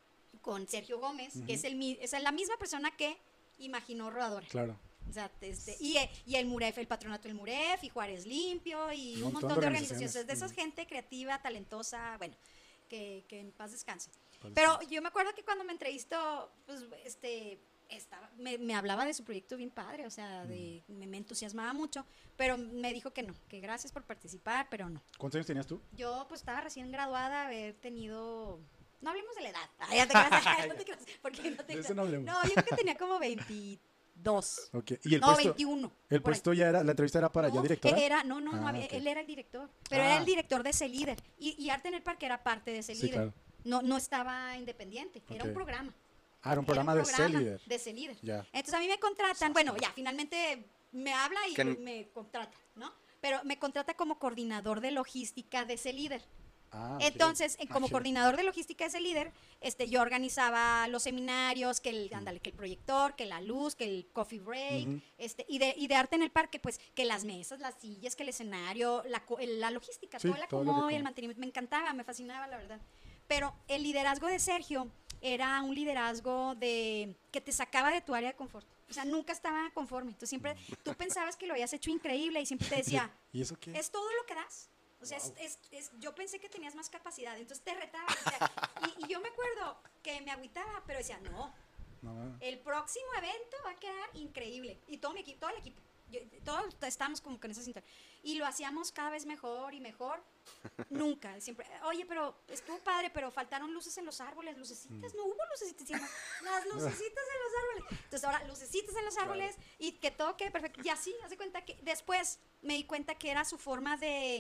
con Sergio Gómez, que es, el, mi- es la misma persona que imaginó Rodadora. Claro. O sea, este, y, eh, y el MUREF, el patronato del MUREF, y Juárez Limpio, y Un un montón montón, de de organizaciones. organizaciones. De esas Mm. gente creativa, talentosa, bueno, que, que en paz descanse. Paz Pero descanse. yo me acuerdo que cuando me entrevistó, pues, este, estaba, me, me hablaba de su proyecto bien padre, o sea, de, me, me entusiasmaba mucho, pero me dijo que no, que gracias por participar, pero no. ¿Cuántos años tenías tú? Yo, pues, estaba recién graduada, haber tenido... No hablemos de la edad. Ay, ya te creas, no te creas, porque no te De creas. eso no hablemos. No, yo creo que tenía como veintidós. Ok. ¿Y el No, puesto? veintiuno. El por ahí. puesto ya era, la entrevista era para ya No, directora. Era, no, no, no, Ah, había- ok. él era el director. Pero Ah. era el director de ese líder. Y, y Arte en el Parque era parte de ese Sí, líder. claro. No, no estaba independiente, era Ok. un programa. Ah, era un programa de programa C-Líder. De ese líder. Ya. Entonces a mí me contratan, bueno, ya finalmente me habla y Que- me, me contrata, ¿no? Pero me contrata como coordinador de logística de ese líder. Ah, ok. Entonces, eh, como Ok. coordinador de logística de ese líder, este, yo organizaba los seminarios, que el, ándale, que el proyector, que la luz, que el coffee break, Ujú. este, y de, y de arte en el parque, pues, que las mesas, las sillas, que el escenario, la, co- el- la logística, Sí, todo el todo lo que acomodo y el con- mantenimiento, me encantaba, me fascinaba, la verdad. Pero el liderazgo de Sergio era un liderazgo de que te sacaba de tu área de confort. O sea, nunca estaba conforme. Tú siempre, tú pensabas que lo habías hecho increíble y siempre te decía, ¿Y eso qué? es todo lo que das. O sea, Wow. es, es- es- yo pensé que tenías más capacidad, entonces te retaba. o sea, y, y yo me acuerdo que me agüitaba, pero decía, no, No, el próximo evento va a quedar increíble. Y todo mi equipo, todo el equipo, yo- todos estábamos como con esa cinta. Y lo hacíamos cada vez mejor y mejor. Nunca, siempre, oye, pero estuvo padre, pero faltaron luces en los árboles, lucecitas, no hubo lucecitas, sino las lucecitas en los árboles. Entonces ahora lucecitas en los árboles y que todo quede perfecto. Y así, hace cuenta que después me di cuenta que era su forma de,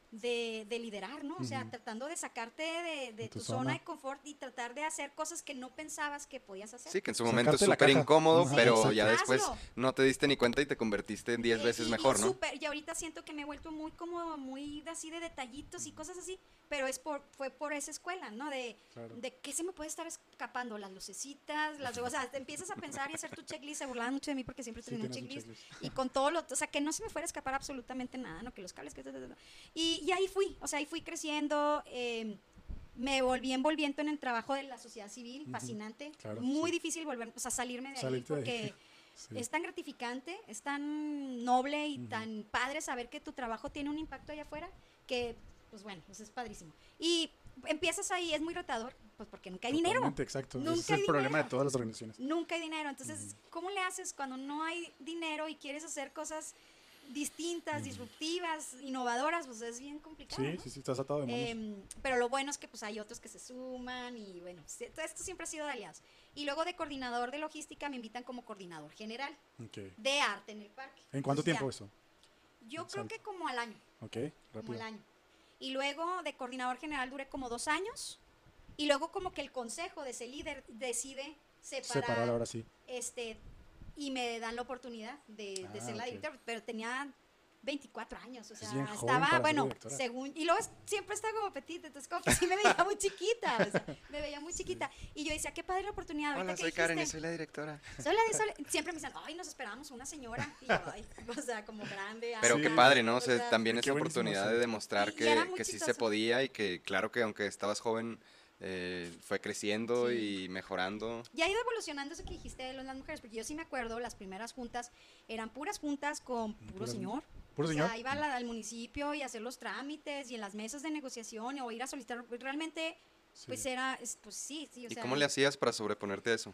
de, de liderar, ¿no? O sea, Ujú. tratando de sacarte de, de tu tu zona zona. de confort y tratar de hacer cosas que no pensabas que podías hacer. Sí, que en su Sacarte momento es la súper caja. incómodo, Ajá, pero exacto. ya después Hazlo. no te diste ni cuenta y te convertiste en diez Eh, veces y- mejor, y ¿no? súper- y ahorita siento que me he vuelto muy como muy así de detallitos y cosas así, pero es por fue por esa escuela, ¿no? De, Claro. de qué se me puede estar escapando, las lucecitas, las, o sea, te empiezas a pensar y hacer tu checklist. Se burlaban mucho de mí porque siempre Sí, tenía un tienes un checklist, checklist. y con todo lo, o sea, que no se me fuera a escapar absolutamente nada, ¿no? Que los cables, que ta, ta, ta, ta. Y, y ahí fui, o sea, ahí fui creciendo. eh, me volví envolviendo en el trabajo de la sociedad civil, Ujú, fascinante, claro, muy sí. difícil volver, o sea, salirme de ahí Salirte de ahí. porque Sí. es tan gratificante, es tan noble y Ujú. tan padre saber que tu trabajo tiene un impacto allá afuera, que, pues bueno, pues es padrísimo. Y empiezas ahí, es muy retador, pues porque nunca hay dinero. Totalmente, exacto. Nunca Ese es el hay problema dinero. de todas las organizaciones. Nunca hay dinero. Entonces, ¿cómo le haces cuando no hay dinero y quieres hacer cosas distintas, disruptivas, innovadoras? Pues es bien complicado. Sí, ¿no? sí, sí, estás atado de manos. Em, pero lo bueno es que pues hay otros que se suman y bueno, se- todo esto siempre ha sido de aliados. Y luego de coordinador de logística me invitan como coordinador general Ok. de arte en el parque. ¿En cuánto Entonces, tiempo ya, eso? Yo creo Salto. que como al año, Ok, como rápido. al año. Y luego de coordinador general duré como dos años. Y luego como que el consejo de ese líder decide separar, Separar ahora sí. este, y me dan la oportunidad de, de Ah, ser la ok. directora, pero tenía veinticuatro años, o Es sea, bien joven estaba, para ser bueno, directora. según, y luego es- siempre estaba como petita, entonces como que sí me veía muy chiquita, o sea, me veía muy chiquita, y yo decía, qué padre la oportunidad, ahorita Hola, que soy Karen y dijiste, soy la directora. soy la de- soy la- siempre me dicen, ay, nos esperábamos una señora, y yo, ay, o sea, como grande, Pero Sí. qué alta, padre, ¿no? O o sea, sea, también Qué esa buenísimo, oportunidad sí. de demostrar Y- y era que, muy que sí se chistoso. podía y que claro que aunque estabas joven, eh, fue creciendo Sí. y mejorando. Ya ha ido evolucionando eso que dijiste de las mujeres, porque yo sí me acuerdo, las primeras juntas eran puras juntas con puro Puras- señor. ¿Puro o señor? sea, iba a la- al municipio y a hacer los trámites y en las mesas de negociación o ir a solicitar. Realmente, Sí. pues era, es- pues sí, sí, o ¿Y sea. cómo le hacías para sobreponerte a eso?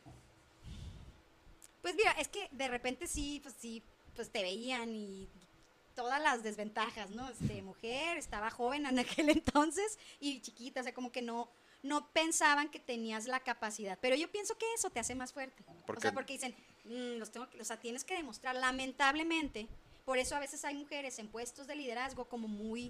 Pues mira, es que de repente sí, pues sí, pues te veían y todas las desventajas, ¿no? Este, mujer, estaba joven en aquel entonces y chiquita, o sea, como que no, no pensaban que tenías la capacidad. Pero yo pienso que eso te hace más fuerte. ¿Por O sea, qué? porque dicen, "Mm, los tengo que, o sea, tienes que demostrar, lamentablemente, por eso a veces hay mujeres en puestos de liderazgo como muy,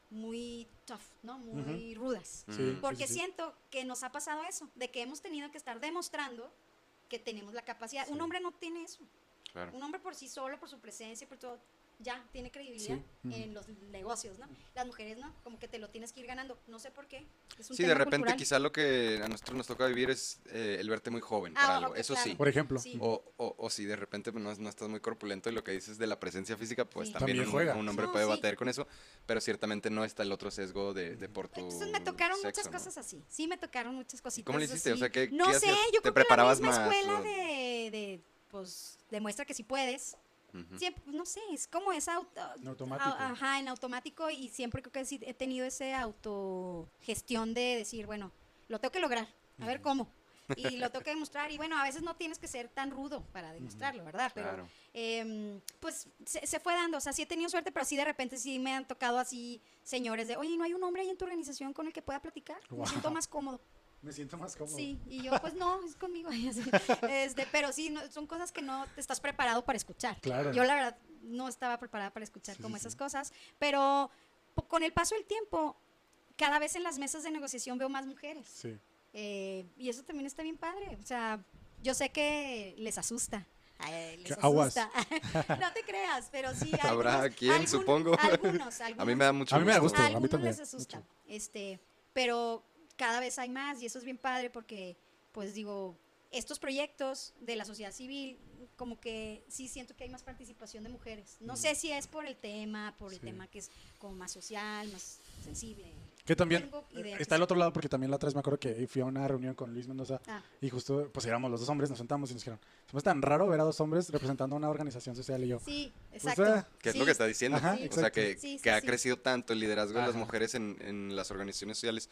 muy tough, ¿no? Muy rudas. Sí, sí, Porque sí, sí. siento que nos ha pasado eso, de que hemos tenido que estar demostrando que tenemos la capacidad. Sí. Un hombre no tiene eso. Claro. Un hombre por sí solo, por su presencia, por todo, ya tiene credibilidad Sí, ujú. en los negocios, ¿no? Las mujeres no, como que te lo tienes que ir ganando. No sé por qué. Es un Sí, de tema repente cultural. quizá lo que a nosotros nos toca vivir es eh, el verte muy joven Ah, para algo, ok, eso claro. sí. Por ejemplo. Sí. O, o, o si de repente pues, no, no estás muy corpulento y lo que dices de la presencia física, pues Sí. también, También un, juega. un hombre No, puede sí. bater con eso, pero ciertamente no está el otro sesgo de, de por tu Entonces me tocaron sexo, muchas ¿no? cosas así. Sí, me tocaron muchas cositas. cómo le hiciste? O así. sea, ¿qué- no qué sé, hacías? yo ¿Te creo que la preparabas misma más, escuela o? de, de, pues, demuestra que sí puedes. Ujú. Siempre, no sé, es como esa auto, En automático. a- ajá, en automático y siempre creo que sí he tenido ese autogestión de decir, bueno, lo tengo que lograr, a ver cómo. Y lo tengo que demostrar y bueno, a veces no tienes que ser tan rudo para demostrarlo, ¿verdad? Pero Claro. em, pues se, se fue dando, o sea, sí he tenido suerte, pero sí de repente sí me han tocado así señores de, oye, ¿no hay un hombre ahí en tu organización con el que pueda platicar? Me siento Wow. más cómodo. Me siento más cómodo. Sí, y yo, pues no, es conmigo. y así. Este, pero sí, no, son cosas que no te estás preparado para escuchar. Claro. Yo, la verdad, no estaba preparada para escuchar Sí, como sí, esas sí. cosas, pero po- con el paso del tiempo, cada vez en las mesas de negociación veo más mujeres. Sí. Eh, y eso también está bien padre. O sea, yo sé que les asusta. Ay, les Que aguas. asusta. No te creas, pero sí. Habrá algunos- quien, algún- supongo. Algunos, A mí algunos. me da mucho A mí me da gusto. gusto. A a mí también, algunos les asusta. mucho. Este, pero cada vez hay más y eso es bien padre porque, pues digo, estos proyectos de la sociedad civil, como que sí siento que hay más participación de mujeres. No sé si es por el tema, por el Sí. tema que es como más social, más sensible. Que también Tengo idea está que el sí. otro lado, porque también la otra vez me acuerdo que fui a una reunión con Luis Mendoza Ah, y justo pues éramos los dos hombres, nos sentamos y nos dijeron, se me hace tan raro ver a dos hombres representando a una organización social y yo. sí, Pues, exacto. ah, ¿Qué es Sí. lo que está diciendo? Ajá, o sea, exacto. que, Sí, sí, que ha sí. crecido tanto el liderazgo de las Ajá. mujeres en, en las organizaciones sociales.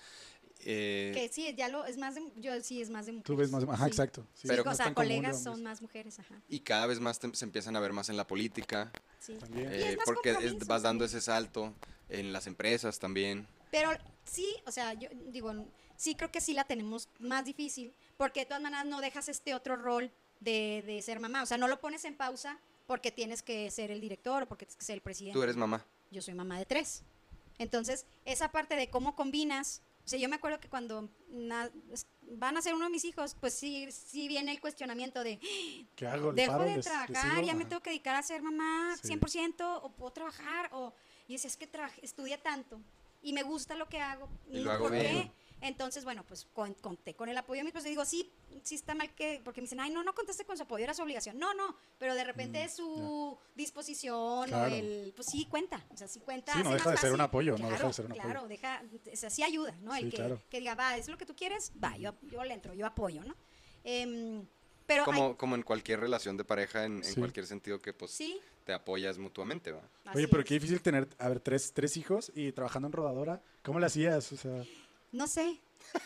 eh, Que sí, ya lo, es más de, yo sí es más de mujeres. Tú ves más, ajá, Sí. exacto. Sí, Sí, Pero- o no es sea, tan común de colegas hombres. son más mujeres, ajá. y cada vez más te- se empiezan a ver más en la política, Sí. También. Y es eh, más porque es- compromiso vas dando también. ese salto en las empresas también. Pero sí, o sea, yo digo, sí creo que sí la tenemos más difícil, porque de todas maneras no dejas este otro rol de, de ser mamá. O sea, no lo pones en pausa porque tienes que ser el director o porque tienes que ser el presidente. Tú eres mamá. Yo soy mamá de tres. Entonces, esa parte de cómo combinas, o sea, yo me acuerdo que cuando na- van a ser uno de mis hijos, pues sí, sí viene el cuestionamiento de, ¿Qué hago? ¿Le dejo paro? de ¿Les- les trabajar, sigo? ya me Ajá. tengo que dedicar a ser mamá Sí. cien por ciento, o puedo trabajar, o, y decía, es que trabaje- estudia tanto, y me gusta lo que hago, Y lo no, hago ¿por bien. qué? Entonces, bueno, pues con- conté con el apoyo de mi esposo y digo, sí, sí está mal que, porque me dicen, ay, no, no contaste con su apoyo, era su obligación. No, no, pero de repente Mm, es su disposición Claro. o el, pues sí cuenta, o sea, sí cuenta. Sí, no hace deja más de ser un fácil. apoyo, no Claro, deja de ser un apoyo. Claro, deja, o sea, sí ayuda, ¿no? El Sí, que, claro. que diga, va, es lo que tú quieres, va, yo, yo le entro, yo apoyo, ¿no? Em, pero Como, hay- como en cualquier relación de pareja, en, en Sí. cualquier sentido que pues sí, te apoyas mutuamente, ¿va? así Oye, pero es. qué difícil tener, a ver, tres, tres hijos y trabajando en rodadora. ¿Cómo le hacías? O sea, No sé.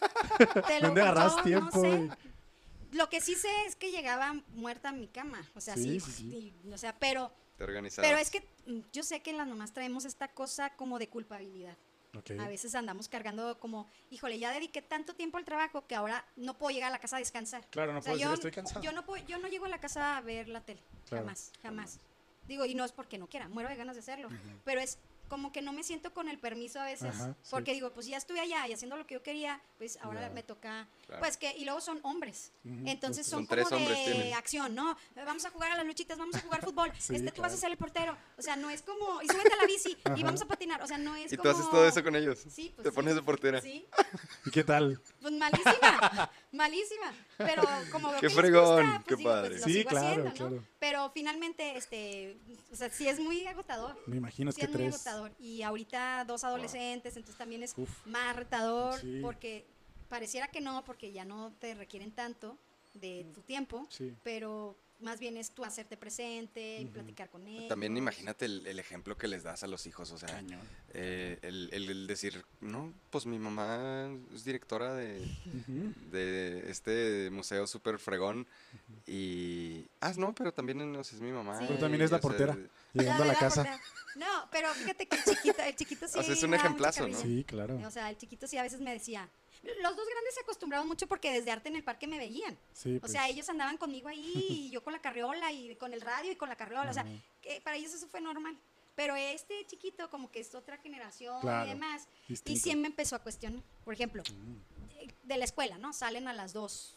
Te lo ¿dónde agarras yo tiempo? No sé. Lo que sí sé es que llegaba muerta a mi cama, o sea, Sí, sí, sí, sí. y, o sea, pero, Te organizabas. pero es que mm, yo sé que las mamás traemos esta cosa como de culpabilidad. Ok. A veces andamos cargando como, híjole, ya dediqué tanto tiempo al trabajo que ahora no puedo llegar a la casa a descansar. Claro, no O sea, puedo decir, yo, estoy cansado. yo no puedo, yo no llego a la casa a ver la tele, Claro. jamás, jamás. Digo, y no es porque no quiera, muero de ganas de hacerlo, pero es como que no me siento con el permiso a veces, Ajá, sí. porque digo, pues ya estuve allá y haciendo lo que yo quería, pues ahora Ya. me toca, Claro. pues que, y luego son hombres, Ujú, entonces los son, tres. como Son tres hombres de tienen. acción, ¿no? Vamos a jugar a las luchitas, vamos a jugar fútbol, Sí, este tú vas claro. a ser el portero, o sea, no es como, y súbete a la bici, y Ajá. vamos a patinar, o sea, no es ¿Y como... tú haces todo eso con ellos? Sí, pues Te sí. pones de portera. Sí, ¿Y qué tal? pues malísima, malísima, pero como veo Qué que les fregón, gusta, pues qué digo, padre. pues lo Sí, sigo claro, haciendo, ¿no? claro. Pero finalmente, este, o sea, sí es muy agotador. Me imagino, es Sí que es muy tres. agotador. Y ahorita dos adolescentes, entonces también es Uf. más retador Sí. porque pareciera que no, porque ya no te requieren tanto de tu tiempo, Sí. pero más bien es tú hacerte presente y Ujú. platicar con ellos. También imagínate el, el ejemplo que les das a los hijos, o sea, Cañón. eh, el, el- el decir, no, pues mi mamá es directora de, Ujú. de este museo súper fregón y, ah, no, pero también no sé, es mi mamá. Sí. Pero también y, es la o sea, portera. Ya Llegando a la me da casa. portera. No, pero fíjate que el chiquito, el chiquito sí. O sea, es un me daba mucha ejemplazo, ¿no? carrilla. Sí, claro. O sea, el chiquito sí a veces me decía. Los dos grandes se acostumbraron mucho porque desde arte en el parque me veían. Sí, O sea, pues. ellos andaban conmigo ahí y yo con la carriola y con el radio y con la carriola. O sea, Ajá. que para ellos eso fue normal. Pero este chiquito como que es otra generación Claro, y demás. Y distinto. sí me empezó a cuestionar. Por ejemplo, Mm. de la escuela, ¿no? Salen a las dos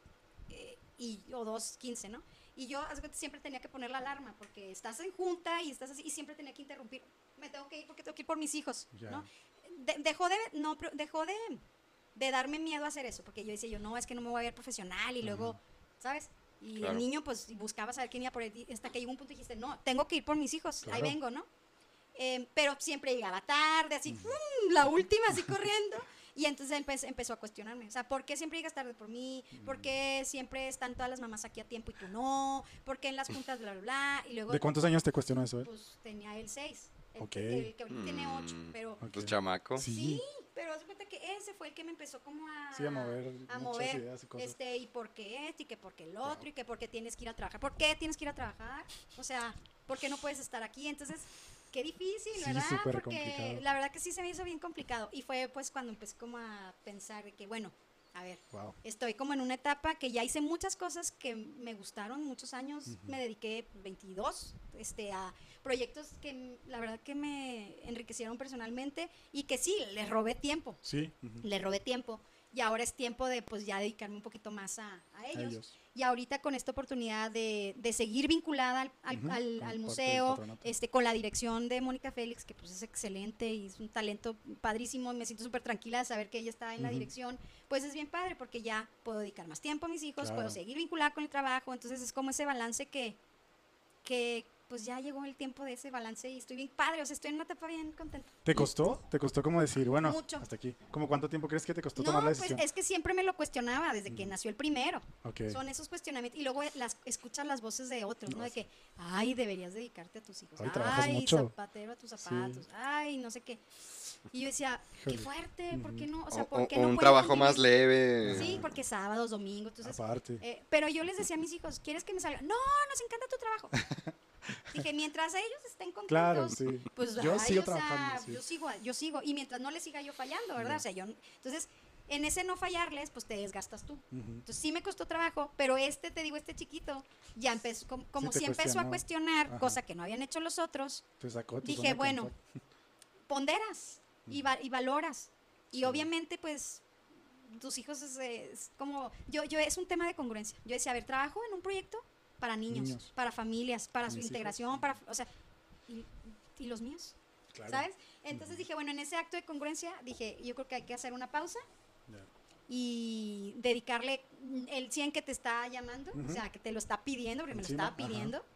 eh, y, o dos quince, ¿no? Y yo haz de cuenta, siempre tenía que poner la alarma porque estás en junta y estás así y siempre tenía que interrumpir. Me tengo que ir porque tengo que ir por mis hijos, Ya. ¿no? De- dejó de, no, pero dejó de, de darme miedo a hacer eso porque yo decía yo, no, es que no me voy a ver profesional y luego, ¿sabes? Y Claro. el niño pues buscaba saber quién iba por él hasta que llegó un punto y dijiste, no, tengo que ir por mis hijos, ahí Claro. vengo, ¿no? Eh, pero siempre llegaba tarde, así, ¡fum! La última, así corriendo. Y entonces empe- empezó a cuestionarme, o sea, ¿por qué siempre llegas tarde por mí? ¿Por qué siempre están todas las mamás aquí a tiempo y tú no? ¿Por qué en las juntas, bla, bla, bla? Y luego, ¿De cuántos años te cuestionó eso, eh? pues tenía el seis, el, Ok. el que ahorita tiene ocho, Mm, pero Ok. Pues chamaco. Sí. sí, pero haz de cuenta que ese fue el que me empezó como a, Sí, a mover a muchas mover, ideas y cosas. este, y por qué esto, y que por qué el otro, y que por qué tienes que ir a trabajar, ¿por qué tienes que ir a trabajar? O sea, ¿por qué no puedes estar aquí? Entonces, qué difícil, Sí, ¿verdad? súper Porque complicado. la verdad que sí se me hizo bien complicado, y fue pues cuando empecé como a pensar de que, bueno, a ver, Wow. estoy como en una etapa que ya hice muchas cosas que me gustaron muchos años, me dediqué veintidós este, a proyectos que m- la verdad que me enriquecieron personalmente y que sí, les robé tiempo, Sí. ujú. le robé tiempo y ahora es tiempo de pues ya dedicarme un poquito más a, a ellos. Ellos. Y ahorita con esta oportunidad de, de seguir vinculada al, al- Ujú, al- con al parte del museo, patronato. este, con la dirección de Mónica Félix, que pues es excelente y es un talento padrísimo, me siento súper tranquila de saber que ella está en la Ujú. dirección, pues es bien padre porque ya puedo dedicar más tiempo a mis hijos, Claro. puedo seguir vinculada con el trabajo, entonces es como ese balance que, que pues ya llegó el tiempo de ese balance y estoy bien padre, o sea, estoy en una etapa bien contenta. ¿Te costó? ¿Te costó como decir, bueno, Mucho. hasta aquí? ¿Cómo cuánto tiempo crees que te costó No, tomar la pues decisión? es que siempre me lo cuestionaba desde que nació el primero. Ok. Son esos cuestionamientos. Y luego las, escuchas las voces de otros, ¿no? No, De sí. que, ay, deberías dedicarte a tus hijos. Ay, trabajas Ay, mucho. zapatero a tus zapatos. Ay, no sé qué. Y yo decía, qué Híjole. fuerte, ¿por qué no? O O, sea, o- ¿por qué o no un pueden trabajo más convivir? leve. Sí, porque sábados, domingos, entonces... Aparte. eh, pero yo les decía a mis hijos, ¿quieres que me salga? No, nos encanta tu trabajo. Dije, mientras ellos estén contentos, Claro, sí. pues Yo ay, sigo o sea, trabajando, sí. yo sigo, yo sigo, y mientras no les siga yo fallando, ¿verdad? No. O sea, yo, entonces, en ese no fallarles, pues te desgastas tú. Ujú. Entonces sí me costó trabajo, pero este, te digo, este chiquito, ya empezó, como, como te si empezó a cuestionó. cuestionar, Ajá. cosa que no habían hecho los otros, Te sacó tu dije, zona de bueno, confort. ponderas, y, va, y valoras. Y sí. obviamente, pues, tus hijos es, es como, yo, yo es un tema de congruencia. Yo decía, a ver, trabajo en un proyecto para niños, niños. para familias, para Mis su integración, hijos. para, o sea, y, y los míos, claro. ¿sabes? Entonces uh-huh. dije, bueno, en ese acto de congruencia, dije, yo creo que hay que hacer una pausa yeah. y dedicarle el cien que te está llamando, uh-huh. o sea, que te lo está pidiendo, porque Encima, me lo estaba pidiendo. Ajá.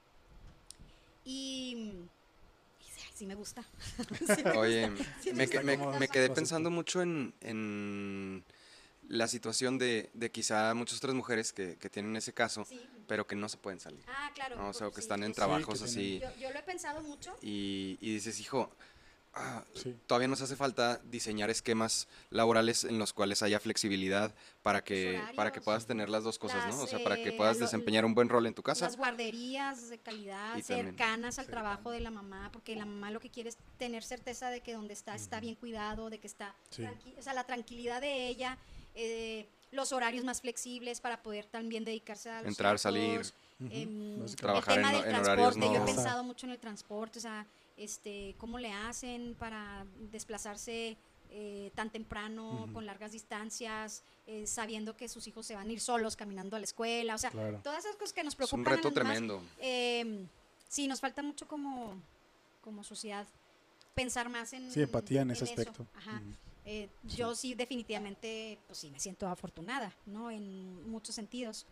Y... sí me gusta. sí me Oye, gusta. Sí me, me, me, me quedé pensando mucho en, en la situación de, de quizá muchas otras mujeres que, que tienen ese caso, sí. pero que no se pueden salir. Ah, claro. ¿no? O sea, pues, que sí, están en sí, trabajos sí, así. Yo, yo lo he pensado mucho. Y, y dices, hijo, ah, sí. todavía nos hace falta diseñar esquemas laborales en los cuales haya flexibilidad para que, para que puedas tener las dos cosas, las, ¿no? O sea, para que puedas eh, desempeñar un buen rol en tu casa. Las guarderías de calidad, y cercanas también. al sí, trabajo también. de la mamá, porque la mamá lo que quiere es tener certeza de que donde está uh-huh. está bien cuidado, de que está, sí. tranqui- o sea, la tranquilidad de ella, eh, los horarios más flexibles para poder también dedicarse a los Entrar, hijos, salir, eh, trabajar el tema en, del en transporte, horarios no. yo he pensado mucho en el transporte, o sea, este, cómo le hacen para desplazarse eh, tan temprano, uh-huh. con largas distancias, eh, sabiendo que sus hijos se van a ir solos caminando a la escuela, o sea, claro. todas esas cosas que nos preocupan. Es un reto más, tremendo. Eh, sí, nos falta mucho como, como sociedad pensar más en... Sí, empatía en, en ese eso. aspecto. Ajá. Uh-huh. Eh, sí. Yo sí definitivamente, pues sí, me siento afortunada, ¿no? En muchos sentidos.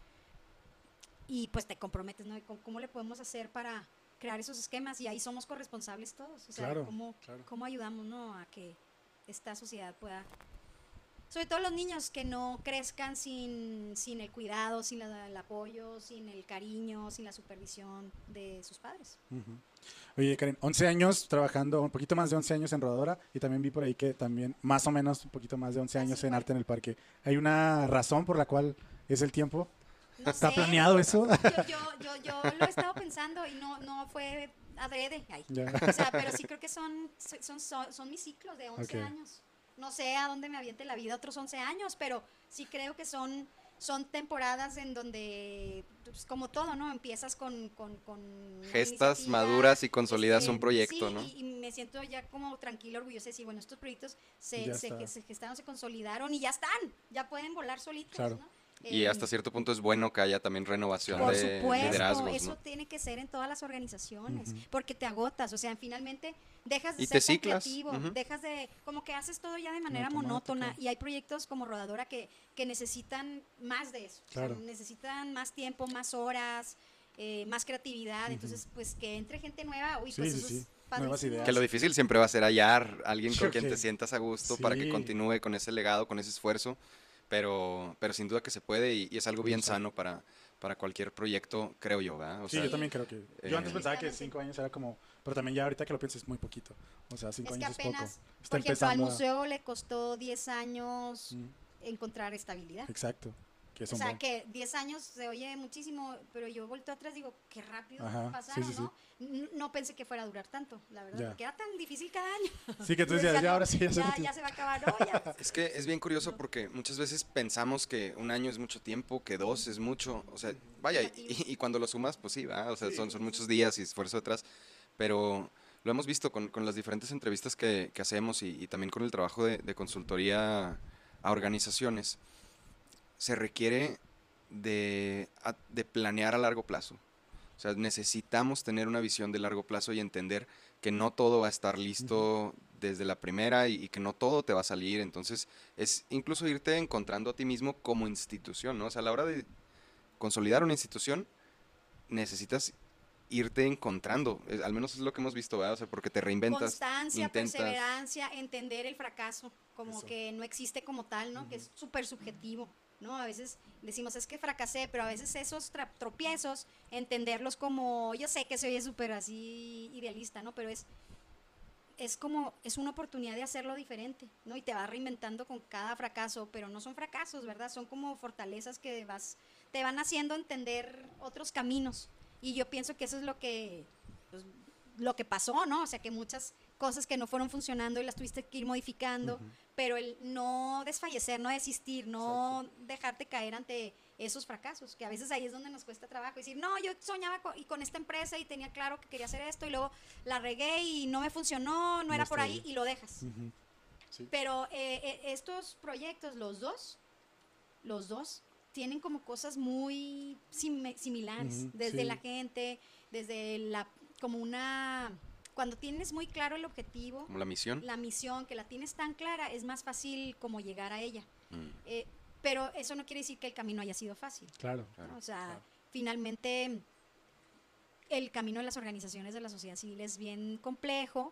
Y pues te comprometes, ¿no? ¿Cómo, cómo le podemos hacer para crear esos esquemas? Y ahí somos corresponsables todos. O sea, claro, ¿cómo, claro. cómo ayudamos, ¿no? A que esta sociedad pueda... Sobre todo los niños que no crezcan sin, sin el cuidado, sin la, el apoyo, sin el cariño, sin la supervisión de sus padres. Uh-huh. Oye, Karen, once años trabajando, un poquito más de once años en Rodadora, y también vi por ahí que también más o menos un poquito más de once años Así en fue. Arte en el Parque. ¿Hay una razón por la cual es el tiempo? No ¿Está sé, planeado eso? Yo, yo, yo, yo lo he estado pensando y no, no fue adrede. Ay. O sea, pero sí creo que son, son, son, son mis ciclos de once okay. años. No sé a dónde me aviente la vida otros once años, pero sí creo que son, son temporadas en donde, pues, como todo, ¿no? Empiezas con... con, con gestas, maduras y consolidas este, un proyecto, sí, ¿no? Y, y me siento ya como tranquila, orgullosa de decir, bueno, estos proyectos se, se, se gestaron, se consolidaron y ya están, ya pueden volar solitos, claro. ¿no? Y hasta cierto punto es bueno que haya también renovación Por de supuesto, liderazgos, eso ¿no? tiene que ser en todas las organizaciones, uh-huh. porque te agotas, o sea, finalmente dejas de y ser te ciclas. creativo, Uh-huh. dejas de, como que haces todo ya de manera Automática. monótona, y hay proyectos como Rodadora que, que necesitan más de eso, claro. o sea, necesitan más tiempo, más horas, eh, más creatividad, uh-huh. entonces pues que entre gente nueva, uy, sí, pues sí, eso sí. es padrísimo. Que lo difícil siempre va a ser hallar a alguien con okay. quien te sientas a gusto sí. para que continúe con ese legado, con ese esfuerzo. Pero, pero sin duda que se puede y, y es algo bien sano para, para cualquier proyecto, creo yo, ¿verdad? O sí, sea, yo también creo que... Eh, yo antes pensaba que cinco años era como... Pero también ya ahorita que lo pienso es muy poquito. O sea, cinco es años que apenas, es poco. Está por ejemplo, al a... museo le costó diez años mm. encontrar estabilidad. Exacto. Que es o un sea, buen... que diez años se oye muchísimo, pero yo volteo atrás y digo, qué rápido Ajá, pasaron, sí, sí, ¿no? Sí. No pensé que fuera a durar tanto, la verdad, ya. porque era tan difícil cada año. Sí, que tú decías, ya, ahora sí, ya, ya, se, ya se va a acabar, ¿no? Ya. Es que es bien curioso no. porque muchas veces pensamos que un año es mucho tiempo, que dos es mucho, o sea, vaya, y, y cuando lo sumas, pues sí, ¿verdad? O sea, son, son muchos días y esfuerzo detrás, pero lo hemos visto con, con las diferentes entrevistas que, que hacemos y, y también con el trabajo de, de consultoría a organizaciones, se requiere de, de planear a largo plazo. O sea, necesitamos tener una visión de largo plazo y entender que no todo va a estar listo uh-huh. desde la primera y, y que no todo te va a salir. Entonces, es incluso irte encontrando a ti mismo como institución, ¿no? O sea, a la hora de consolidar una institución, necesitas irte encontrando. Es, al menos es lo que hemos visto, ¿verdad? O sea, porque te reinventas. Constancia, intentas... perseverancia, entender el fracaso, como Eso. que no existe como tal, ¿no? Uh-huh. Que es súper subjetivo. ¿no? A veces decimos, es que fracasé, pero a veces esos tra- tropiezos, entenderlos como, yo sé que se oye súper así idealista, ¿no? Pero es, es como, es una oportunidad de hacerlo diferente, ¿no? Y te vas reinventando con cada fracaso, pero no son fracasos, ¿verdad? Son como fortalezas que vas, te van haciendo entender otros caminos. Y yo pienso que eso es lo que, pues, lo que pasó, ¿no? O sea, que muchas cosas que no fueron funcionando y las tuviste que ir modificando, uh-huh. pero el no desfallecer, no desistir, no Exacto. dejarte caer ante esos fracasos, que a veces ahí es donde nos cuesta trabajo, decir, no, yo soñaba con, y con esta empresa y tenía claro que quería hacer esto y luego la regué y no me funcionó, no, no era por ahí, ahí y lo dejas. Uh-huh. Sí. Pero eh, eh, estos proyectos, los dos, los dos, tienen como cosas muy sim- similares, Ujú, desde sí. la gente, desde la, como una, cuando tienes muy claro el objetivo, Como la misión. la misión, que la tienes tan clara, es más fácil como llegar a ella. Mm. Eh, pero eso no quiere decir que el camino haya sido fácil. Claro. ¿No? O sea, claro. finalmente el camino de las organizaciones de la sociedad civil es bien complejo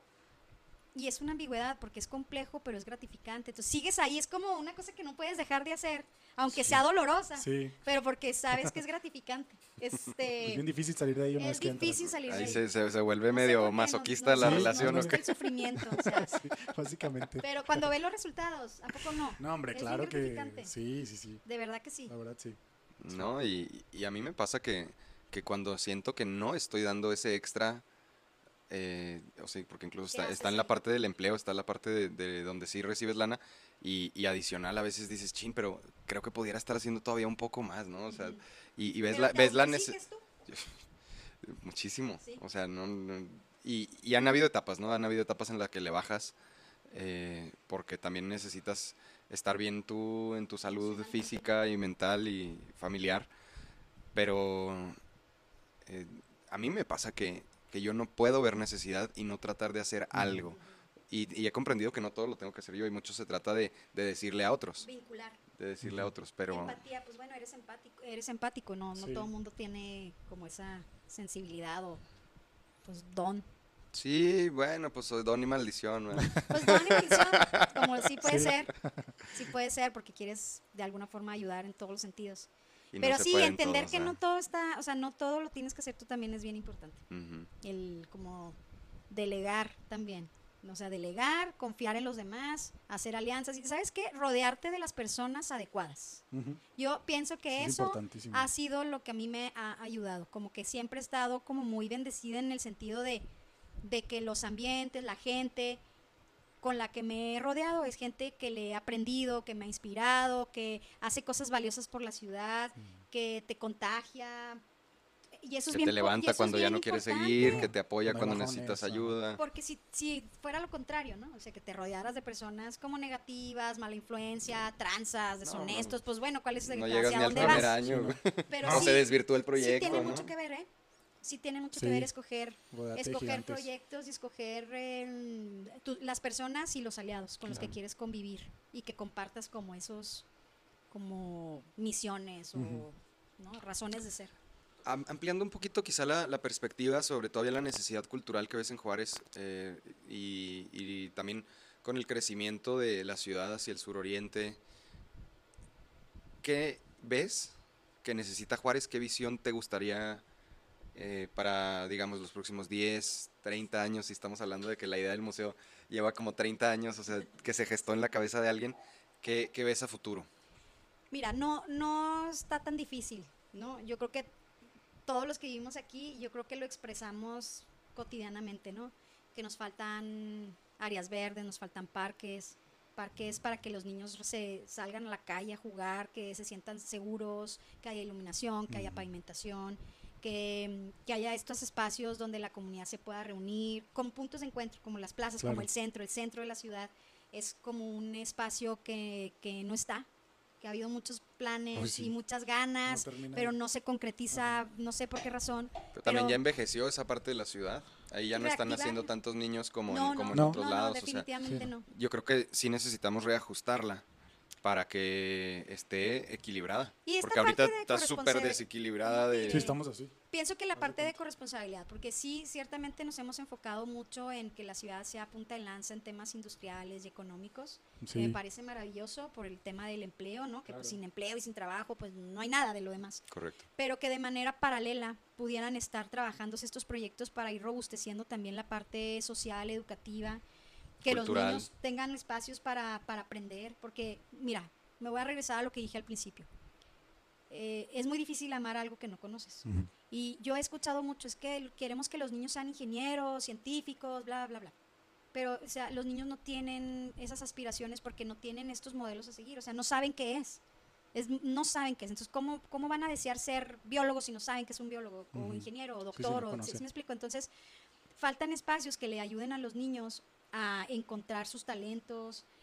y es una ambigüedad porque es complejo pero es gratificante. Entonces sigues ahí, es como una cosa que no puedes dejar de hacer, aunque Sí. sea dolorosa, Sí. pero porque sabes que es gratificante. Este, Es bien difícil salir de ahí una es vez que entras. difícil salir de Ahí ahí. se, se, se vuelve No sé medio por qué, no- masoquista no la sé, relación, no, ¿o no, qué? el sufrimiento, o sea, Sí, básicamente. pero cuando ves los resultados, ¿a poco no? No, hombre, Es claro bien que gratificante. sí, sí, sí. De verdad que sí. La verdad, sí. ¿No? Y, y a mí me pasa que, que cuando siento que no estoy dando ese extra, eh, o sea, porque incluso ¿Qué está, haces está en la ahí? parte del empleo, está la parte de, de donde sí recibes lana, y, y adicional a veces dices, chin, pero creo que pudiera estar haciendo todavía un poco más, ¿no? O sea, Ujú. y, y ves Pero la, ¿te ves la necesidad. autoexiges tú? Muchísimo. Sí. O sea, no, no- y, y han habido etapas, ¿no? Han habido etapas en las que le bajas, eh, porque también necesitas estar bien tú en tu salud Emocionalmente. física y mental y familiar. Pero eh, a mí me pasa que, que yo no puedo ver necesidad y no tratar de hacer algo. Y, y he comprendido que no todo lo tengo que hacer yo y mucho se trata de, de decirle a otros, Vincular. de decirle a otros, pero Empatía, pues bueno, eres empático, eres empático, no, no Sí. todo el mundo tiene como esa sensibilidad o pues don. sí, bueno, pues soy don y maldición, ¿no? Pues don y maldición, como sí puede Sí. ser, sí puede ser porque quieres de alguna forma ayudar en todos los sentidos. Y no Pero se sí, puede en entender todo, que o sea. no todo está, o sea, no todo lo tienes que hacer tú también es bien importante. Ujú. El como delegar también. O sea, delegar, confiar en los demás, hacer alianzas y ¿sabes qué? Rodearte de las personas adecuadas. Ujú. Yo pienso que Es eso importantísimo. ha sido lo que a mí me ha ayudado, como que siempre he estado como muy bendecida en el sentido de, de que los ambientes, la gente con la que me he rodeado es gente que le he aprendido, que me ha inspirado, que hace cosas valiosas por la ciudad, que te contagia. Y eso es Que bien te po- y levanta eso es cuando ya bien no quieres importante. seguir, que te apoya No hay cuando bajones, necesitas ajá. ayuda. Porque si, si fuera lo contrario, ¿no? O sea, que te rodearas de personas como negativas, mala influencia, tranzas, deshonestos, pues bueno, ¿cuál es el No llegas hacia ni al dónde primer vas? año, Sí, güey. Pero O sí, se desvirtúa el sí proyecto, tiene ¿no? mucho que ver, ¿eh? Sí tiene mucho Sí. que ver escoger, Rodearte de escoger gigantes. proyectos y escoger eh, tu- las personas y los aliados con los que Claro. quieres convivir y que compartas como esos, como misiones o Ujú. ¿no? razones de ser. Am- Ampliando un poquito quizá la, la perspectiva sobre todavía la necesidad cultural que ves en Juárez eh, y, y también con el crecimiento de la ciudad hacia el suroriente, ¿qué ves que necesita Juárez? ¿Qué visión te gustaría eh, para, digamos, los próximos diez, treinta años? Si estamos hablando de que la idea del museo lleva como treinta años, o sea, que se gestó en la cabeza de alguien, ¿qué, qué ves a futuro? Mira, no, no está tan difícil, ¿no? Yo creo que todos los que vivimos aquí, yo creo que lo expresamos cotidianamente, ¿no? Que nos faltan áreas verdes, nos faltan parques, parques para que los niños se salgan a la calle a jugar, que se sientan seguros, que haya iluminación, que haya Ujú. pavimentación, que, que haya estos espacios donde la comunidad se pueda reunir, con puntos de encuentro, como las plazas, Claro. como el centro, el centro de la ciudad es como un espacio que, que no está, que ha habido muchos planes Uy, sí. y muchas ganas, No termina pero de- no se concretiza, no sé por qué razón. Pero también Pero- ya envejeció esa parte de la ciudad. Ahí ya no están Reactivar. naciendo tantos niños como no, en, como no, en no, otros no, no, lados. O sea, definitivamente Sí, no. yo creo que sí necesitamos reajustarla para que esté equilibrada. Y esta Porque ahorita parte de está súper corresponsa- desequilibrada de... Sí, estamos así. Pienso que la Haz de parte de cuenta. corresponsabilidad, porque sí, ciertamente nos hemos enfocado mucho en que la ciudad sea punta de lanza en temas industriales y económicos. Sí. Me parece maravilloso por el tema del empleo, ¿no? Que pues Claro. sin empleo y sin trabajo, pues no hay nada de lo demás. Correcto. Pero que de manera paralela pudieran estar trabajándose estos proyectos para ir robusteciendo también la parte social, educativa, que Cultural. los niños tengan espacios para, para aprender, porque mira, me voy a regresar a lo que dije al principio. Eh, es muy difícil amar algo que no conoces. Ujú. Y yo he escuchado mucho, es que queremos que los niños sean ingenieros, científicos, bla, bla, bla. Pero, o sea, los niños no tienen esas aspiraciones porque no tienen estos modelos a seguir, o sea, no saben qué es. Es, no saben qué es. Entonces, ¿cómo, ¿cómo van a desear ser biólogos si no saben que es un biólogo o Ujú. ingeniero o Sí, sí, doctor? no o, ¿sí, conocen. sí me explico? Entonces, faltan espacios que le ayuden a los niños a encontrar sus talentos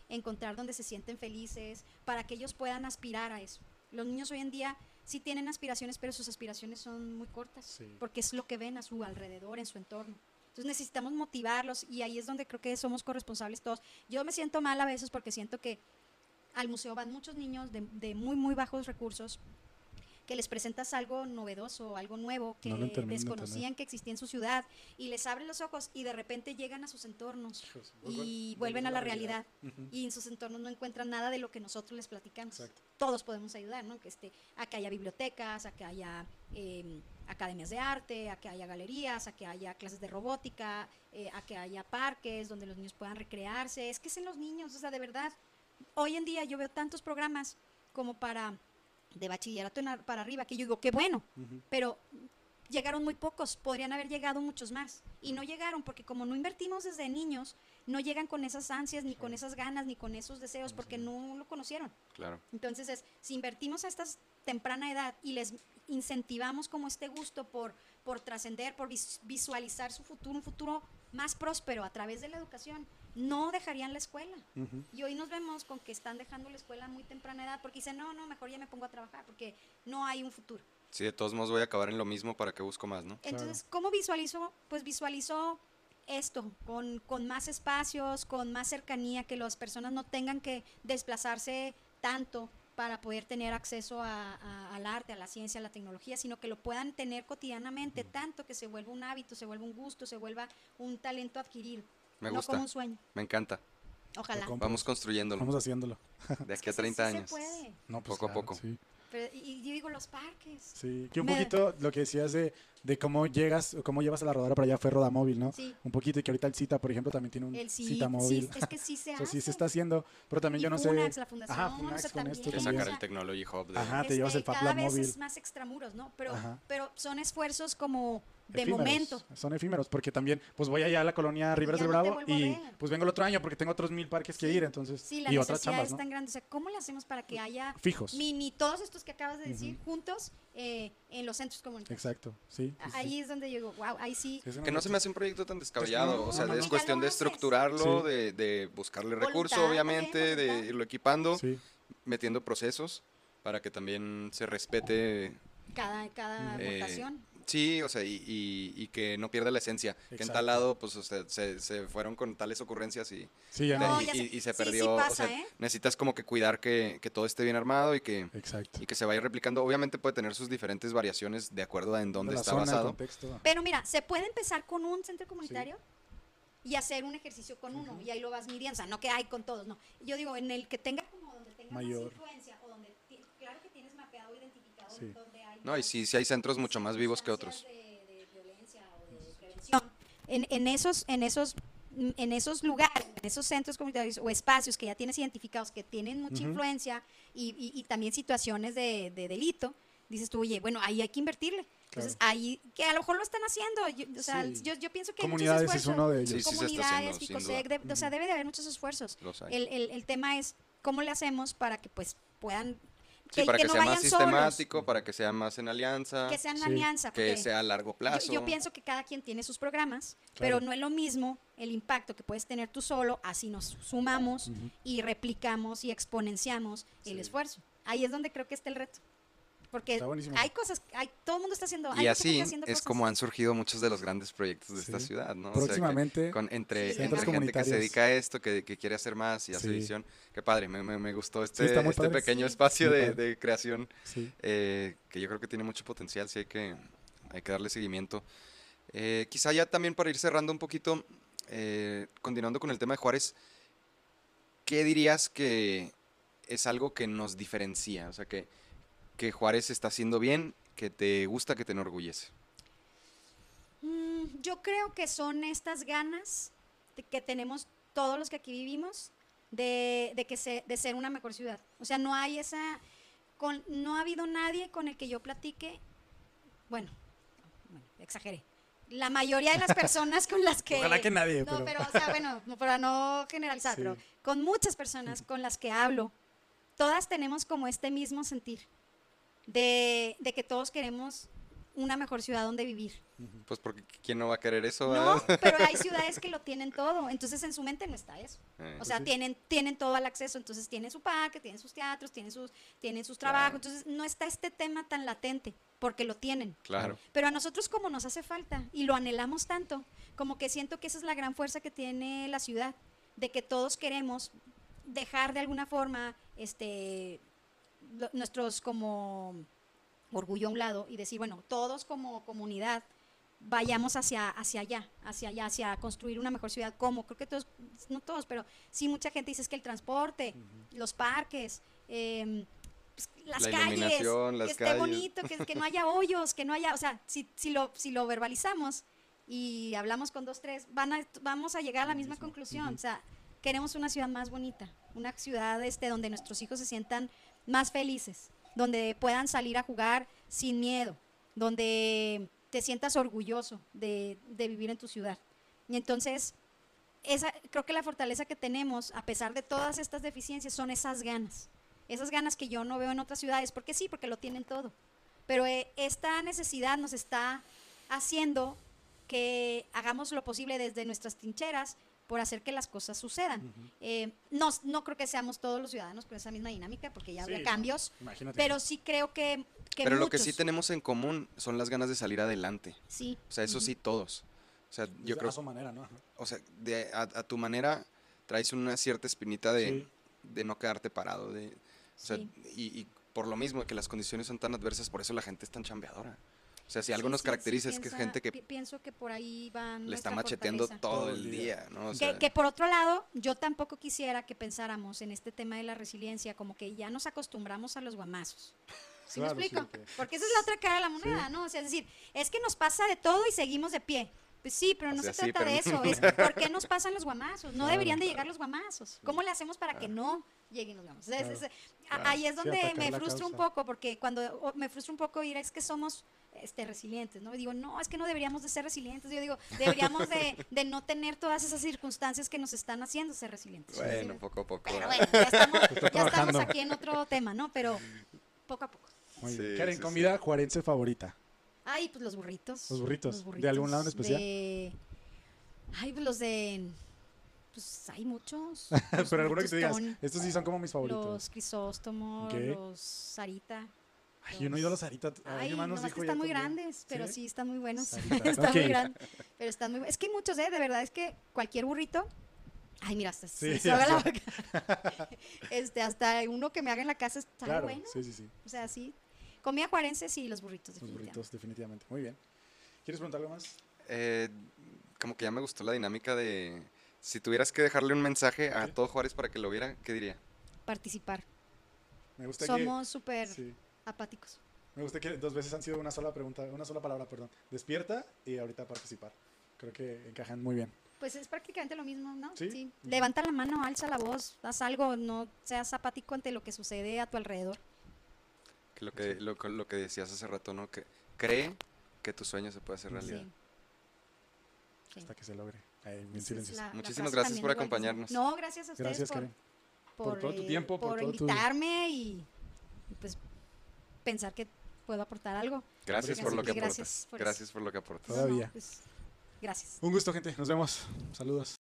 encontrar donde se sienten felices, para que ellos puedan aspirar a eso. Los niños hoy en día sí tienen aspiraciones, pero sus aspiraciones son muy cortas, sí. porque es lo que ven a su alrededor, en su entorno. Entonces necesitamos motivarlos y ahí es donde creo que somos corresponsables todos. Yo me siento mal a veces porque siento que al museo van muchos niños de, de muy, muy bajos recursos, que les presentas algo novedoso, algo nuevo, que no desconocían que existía en su ciudad, y les abren los ojos y de repente llegan a sus entornos Hijos, y vuelven a la realidad, realidad. Uh-huh. Y en sus entornos no encuentran nada de lo que nosotros les platicamos. Exacto. Todos podemos ayudar, ¿no? Que esté, a que haya bibliotecas, a que haya eh, academias de arte, a que haya galerías, a que haya clases de robótica, eh, a que haya parques donde los niños puedan recrearse. Es que es en los niños, o sea, de verdad, hoy en día yo veo tantos programas como para... de bachillerato en, para arriba, que yo digo, qué bueno, uh-huh. pero llegaron muy pocos, podrían haber llegado muchos más, y no llegaron porque como no invertimos desde niños, no llegan con esas ansias, ni con esas ganas, ni con esos deseos, porque no lo conocieron. Claro. Entonces, es, si invertimos a esta temprana edad y les incentivamos como este gusto por, por trascender, por vis- visualizar su futuro, un futuro más próspero a través de la educación, no dejarían la escuela. Uh-huh. Y hoy nos vemos con que están dejando la escuela a muy temprana edad porque dicen, no, no, mejor ya me pongo a trabajar porque no hay un futuro. Sí, de todos modos voy a acabar en lo mismo, ¿para qué busco más, no? Entonces, claro. ¿Cómo visualizo? Pues visualizo esto, con, con más espacios, con más cercanía, que las personas no tengan que desplazarse tanto para poder tener acceso a, a, al arte, a la ciencia, a la tecnología, sino que lo puedan tener cotidianamente, tanto que se vuelva un hábito, se vuelva un gusto, se vuelva un talento adquirido. Me no gusta. Como un sueño. Me encanta. Ojalá. Vamos construyéndolo. Vamos haciéndolo. De aquí a treinta sí, sí años. Se puede. No, pues poco claro, a poco. Sí. Pero, y yo digo los parques. Sí, que un Me... poquito lo que decías de, de cómo llegas, o cómo llevas a la rodadora para allá fue Rodamóvil, ¿no? Sí. Un poquito, y que ahorita el CITA, por ejemplo, también tiene un el CITA móvil. Sí, es que sí se hace. O sea, sí se está haciendo, pero también y yo no Funax, sé. la fundación, Ajá, Funax o sea, con también, esto que también. sacar el Technology Hub. De... Ajá, te este, llevas el Fab Lab móvil. Cada vez es más extramuros, ¿no? Pero, pero son esfuerzos como de efímeros, momento. Son efímeros, porque también, pues voy allá a la colonia Rivas del no Bravo y pues vengo el otro año porque tengo otros mil parques sí. que ir, entonces, sí, la y otras chambas, es ¿no? tan grande, o sea, ¿cómo le hacemos para que haya fijos, mini, todos estos que acabas de decir, uh-huh. juntos eh, en los centros comunitarios? Exacto, sí. sí ahí sí. es donde yo digo, wow, ahí sí. Es que no se me hace un proyecto tan descabellado, no, o sea, no, no, es no. cuestión de estructurarlo, sí. de, de buscarle voluntad, recursos, obviamente, también, de irlo equipando, sí. metiendo procesos para que también se respete cada, cada eh, votación. Sí, o sea, y, y, y que no pierda la esencia. Exacto. Que en tal lado, pues, o sea, se, se fueron con tales ocurrencias y, sí, ya de, no. y, ya y, se, y se sí, perdió. Sí pasa, o sea, ¿eh? necesitas como que cuidar que, que todo esté bien armado y que, Exacto. y que se vaya replicando. Obviamente puede tener sus diferentes variaciones de acuerdo a en dónde de está zona, basado. Contexto. Pero mira, se puede empezar con un centro comunitario sí. y hacer un ejercicio con uno, uh-huh. y ahí lo vas midiendo, o sea, no que hay con todos, no. Yo digo, en el que tenga como donde tenga mayor más influencia o donde, claro que tienes mapeado, identificado, sí. donde hay no, y sí, sí hay centros mucho más vivos que otros. De, de violencia o de prevención. En, en esos, en esos en esos lugares, en esos centros comunitarios o espacios que ya tienes identificados que tienen mucha uh-huh. influencia y, y, y también situaciones de, de delito, dices tú, oye, bueno, ahí hay que invertirle. Entonces, claro. ahí, que a lo mejor lo están haciendo. Yo, o sea, sí. yo, yo pienso que comunidades hay muchos esfuerzos. Es uno de ellos. Sí, sí comunidades, Ficosec, de, uh-huh. o sea, debe de haber muchos esfuerzos. El, el, el tema es cómo le hacemos para que pues puedan... Sí, que, para que, que no sea más sistemático, solos. para que sea más en alianza. Que sea en sí. alianza. Que sea a largo plazo. Yo, yo pienso que cada quien tiene sus programas, claro. pero no es lo mismo el impacto que puedes tener tú solo, así nos sumamos uh-huh. y replicamos y exponenciamos sí. el esfuerzo. Ahí es donde creo que está el reto. Porque hay cosas, hay, todo el mundo está haciendo. Y hay así haciendo es cosas. como han surgido muchos de los grandes proyectos de sí. esta ciudad, ¿no? Próximamente. O sea, que con, entre sí, entre gente que se dedica a esto, que, que quiere hacer más y hace sí. visión. Qué padre, me, me, me gustó este, sí, este padre. pequeño sí. espacio de, de creación sí. eh, que yo creo que tiene mucho potencial, sí hay que, hay que darle seguimiento. Eh, quizá ya también para ir cerrando un poquito, eh, continuando con el tema de Juárez, ¿qué dirías que es algo que nos diferencia? O sea, que, que Juárez está haciendo bien, que te gusta, que te enorgullece. Mm, yo creo que son estas ganas de que tenemos todos los que aquí vivimos de, de, que se, de ser una mejor ciudad. O sea, no hay esa... Con, no ha habido nadie con el que yo platique, bueno, bueno exageré. La mayoría de las personas con las que... Ojalá que nadie, no, pero... pero, o sea, bueno, para no generalizar, sí. pero con muchas personas con las que hablo, todas tenemos como este mismo sentir de, de que todos queremos una mejor ciudad donde vivir. Pues porque ¿quién no va a querer eso? No, pero hay ciudades que lo tienen todo, entonces en su mente no está eso. Eh, O sea, sí. tienen, tienen todo al acceso, entonces tienen su parque, tienen sus teatros, tienen sus, tienen sus trabajos, Claro. entonces no está este tema tan latente, porque lo tienen. Claro. Pero a nosotros como nos hace falta y lo anhelamos tanto, como que siento que esa es la gran fuerza que tiene la ciudad, de que todos queremos dejar de alguna forma este lo- nuestros como orgullo a un lado y decir, bueno, todos como comunidad vayamos hacia, hacia allá, hacia allá, hacia construir una mejor ciudad. ¿Cómo? Creo que todos, no todos, pero sí mucha gente dice es que el transporte, los parques, eh, pues, las La calles, iluminación, las que esté calles. bonito, que, que no haya hoyos, que no haya, o sea, si, si, lo, si lo verbalizamos y hablamos con dos, tres, van a, vamos a llegar a la misma conclusión. O sea, queremos una ciudad más bonita, una ciudad este, donde nuestros hijos se sientan más felices, donde puedan salir a jugar sin miedo, donde te sientas orgulloso de, de vivir en tu ciudad. Y entonces, esa, creo que la fortaleza que tenemos, a pesar de todas estas deficiencias, son esas ganas. Esas ganas que yo no veo en otras ciudades, porque sí, porque lo tienen todo. Pero eh, esta necesidad nos está haciendo que hagamos lo posible desde nuestras trincheras por hacer que las cosas sucedan. Ujú. Eh, no, no creo que seamos todos los ciudadanos con esa misma dinámica, porque ya Sí, habría no, cambios, Imagínate. pero sí creo que, que Pero lo que muchos, sí tenemos en común son las ganas de salir adelante. sí. O sea, eso Ujú. sí todos. O sea, yo a creo, su manera, ¿no? Ajá. o sea, de, a, a tu manera traes una cierta espinita de, Sí. de no quedarte parado, de, o sea, Sí. y, y por lo mismo que las condiciones son tan adversas, por eso la gente es tan chambeadora. O sea, si algo Sí, nos sí, caracteriza sí, es que es piensa- gente que pi- pienso que por ahí van le está nuestra macheteando fortaleza. todo Todo el el día, ¿no? O Que, sea, que por otro lado, yo tampoco quisiera que pensáramos en este tema de la resiliencia, como que ya nos acostumbramos a los guamazos. ¿Sí Claro, me sí, explico? ok. Porque esa es la otra cara de la moneda, ¿no? O sea, es decir, es que nos pasa de todo y seguimos de pie. Pues sí, pero no O sea, se sí, trata de pero- eso. Es por qué nos pasan los guamazos. No Claro, deberían de claro. llegar los guamazos. ¿Cómo le hacemos para que no lleguen los guamazos? Es- Claro, es- a- claro. Ahí es Sí, donde atacar me la frustra un causa. poco, porque cuando o, me frustra un poco ir es que somos este, resilientes, ¿no? Y digo, no, es que no deberíamos de ser resilientes. Yo digo, deberíamos de, de no tener todas esas circunstancias que nos están haciendo ser resilientes. bueno, Sí. poco a poco. Pero ¿verdad? bueno, ya estamos, Está ya estamos trabajando. aquí en otro tema, ¿no? Pero poco a poco. Muy Sí, bien. Karen, sí, comida juarense favorita. Ay, pues los burritos. Los burritos. ¿De algún lado en especial? De... Ay, pues los de... Pues hay muchos. Pero alguno que te digas, Tony, estos sí son como mis favoritos. Los Crisóstomo, Ok. los Sarita. Ay, yo no he ido a los Sarita. Ay, mi hermano nos nomás que dijo están ya muy también. grandes, pero ¿Sí? sí, están muy buenos. Sarita, están ok. muy grandes, pero están muy bu- Es que hay muchos, ¿eh? De verdad, es que cualquier burrito... Ay, mira, hasta Sí, se ya haga la sé. boca. Este, hasta uno que me haga en la casa está Claro, bueno. sí, sí, sí. O sea, sí. Comida juarense, sí, los burritos, Los definitivamente. burritos, definitivamente. Muy bien. ¿Quieres preguntar algo más? Eh, como que ya me gustó la dinámica de... Si tuvieras que dejarle un mensaje a Ok. todo Juárez para que lo viera, ¿qué diría? Participar. Me gusta Somos súper que... Sí. apáticos. Me gusta que dos veces han sido una sola pregunta, una sola palabra, perdón. Despierta y ahorita participar. Creo que encajan muy bien. Pues es prácticamente lo mismo, ¿no? Sí. Levanta la mano, alza la voz, haz algo, no seas apático ante lo que sucede a tu alrededor. Que lo que, lo, lo que decías hace rato, ¿no? Que cree que tu sueño se puede hacer realidad. Sí. Sí. Hasta que se logre. Ahí, bien Esa es silencios. la- la Muchísimas frase gracias también por de Walt Disney. acompañarnos. No, gracias a ustedes Gracias, por, Karen. por, Por todo tu eh, tiempo, por todo tu- invitarme y, y, pues pensar que puedo aportar algo. Gracias Así por lo que que gracias aportas. por Gracias por lo que aportas. No, no, Todavía. pues, gracias. Un gusto, gente. Nos vemos. Saludos.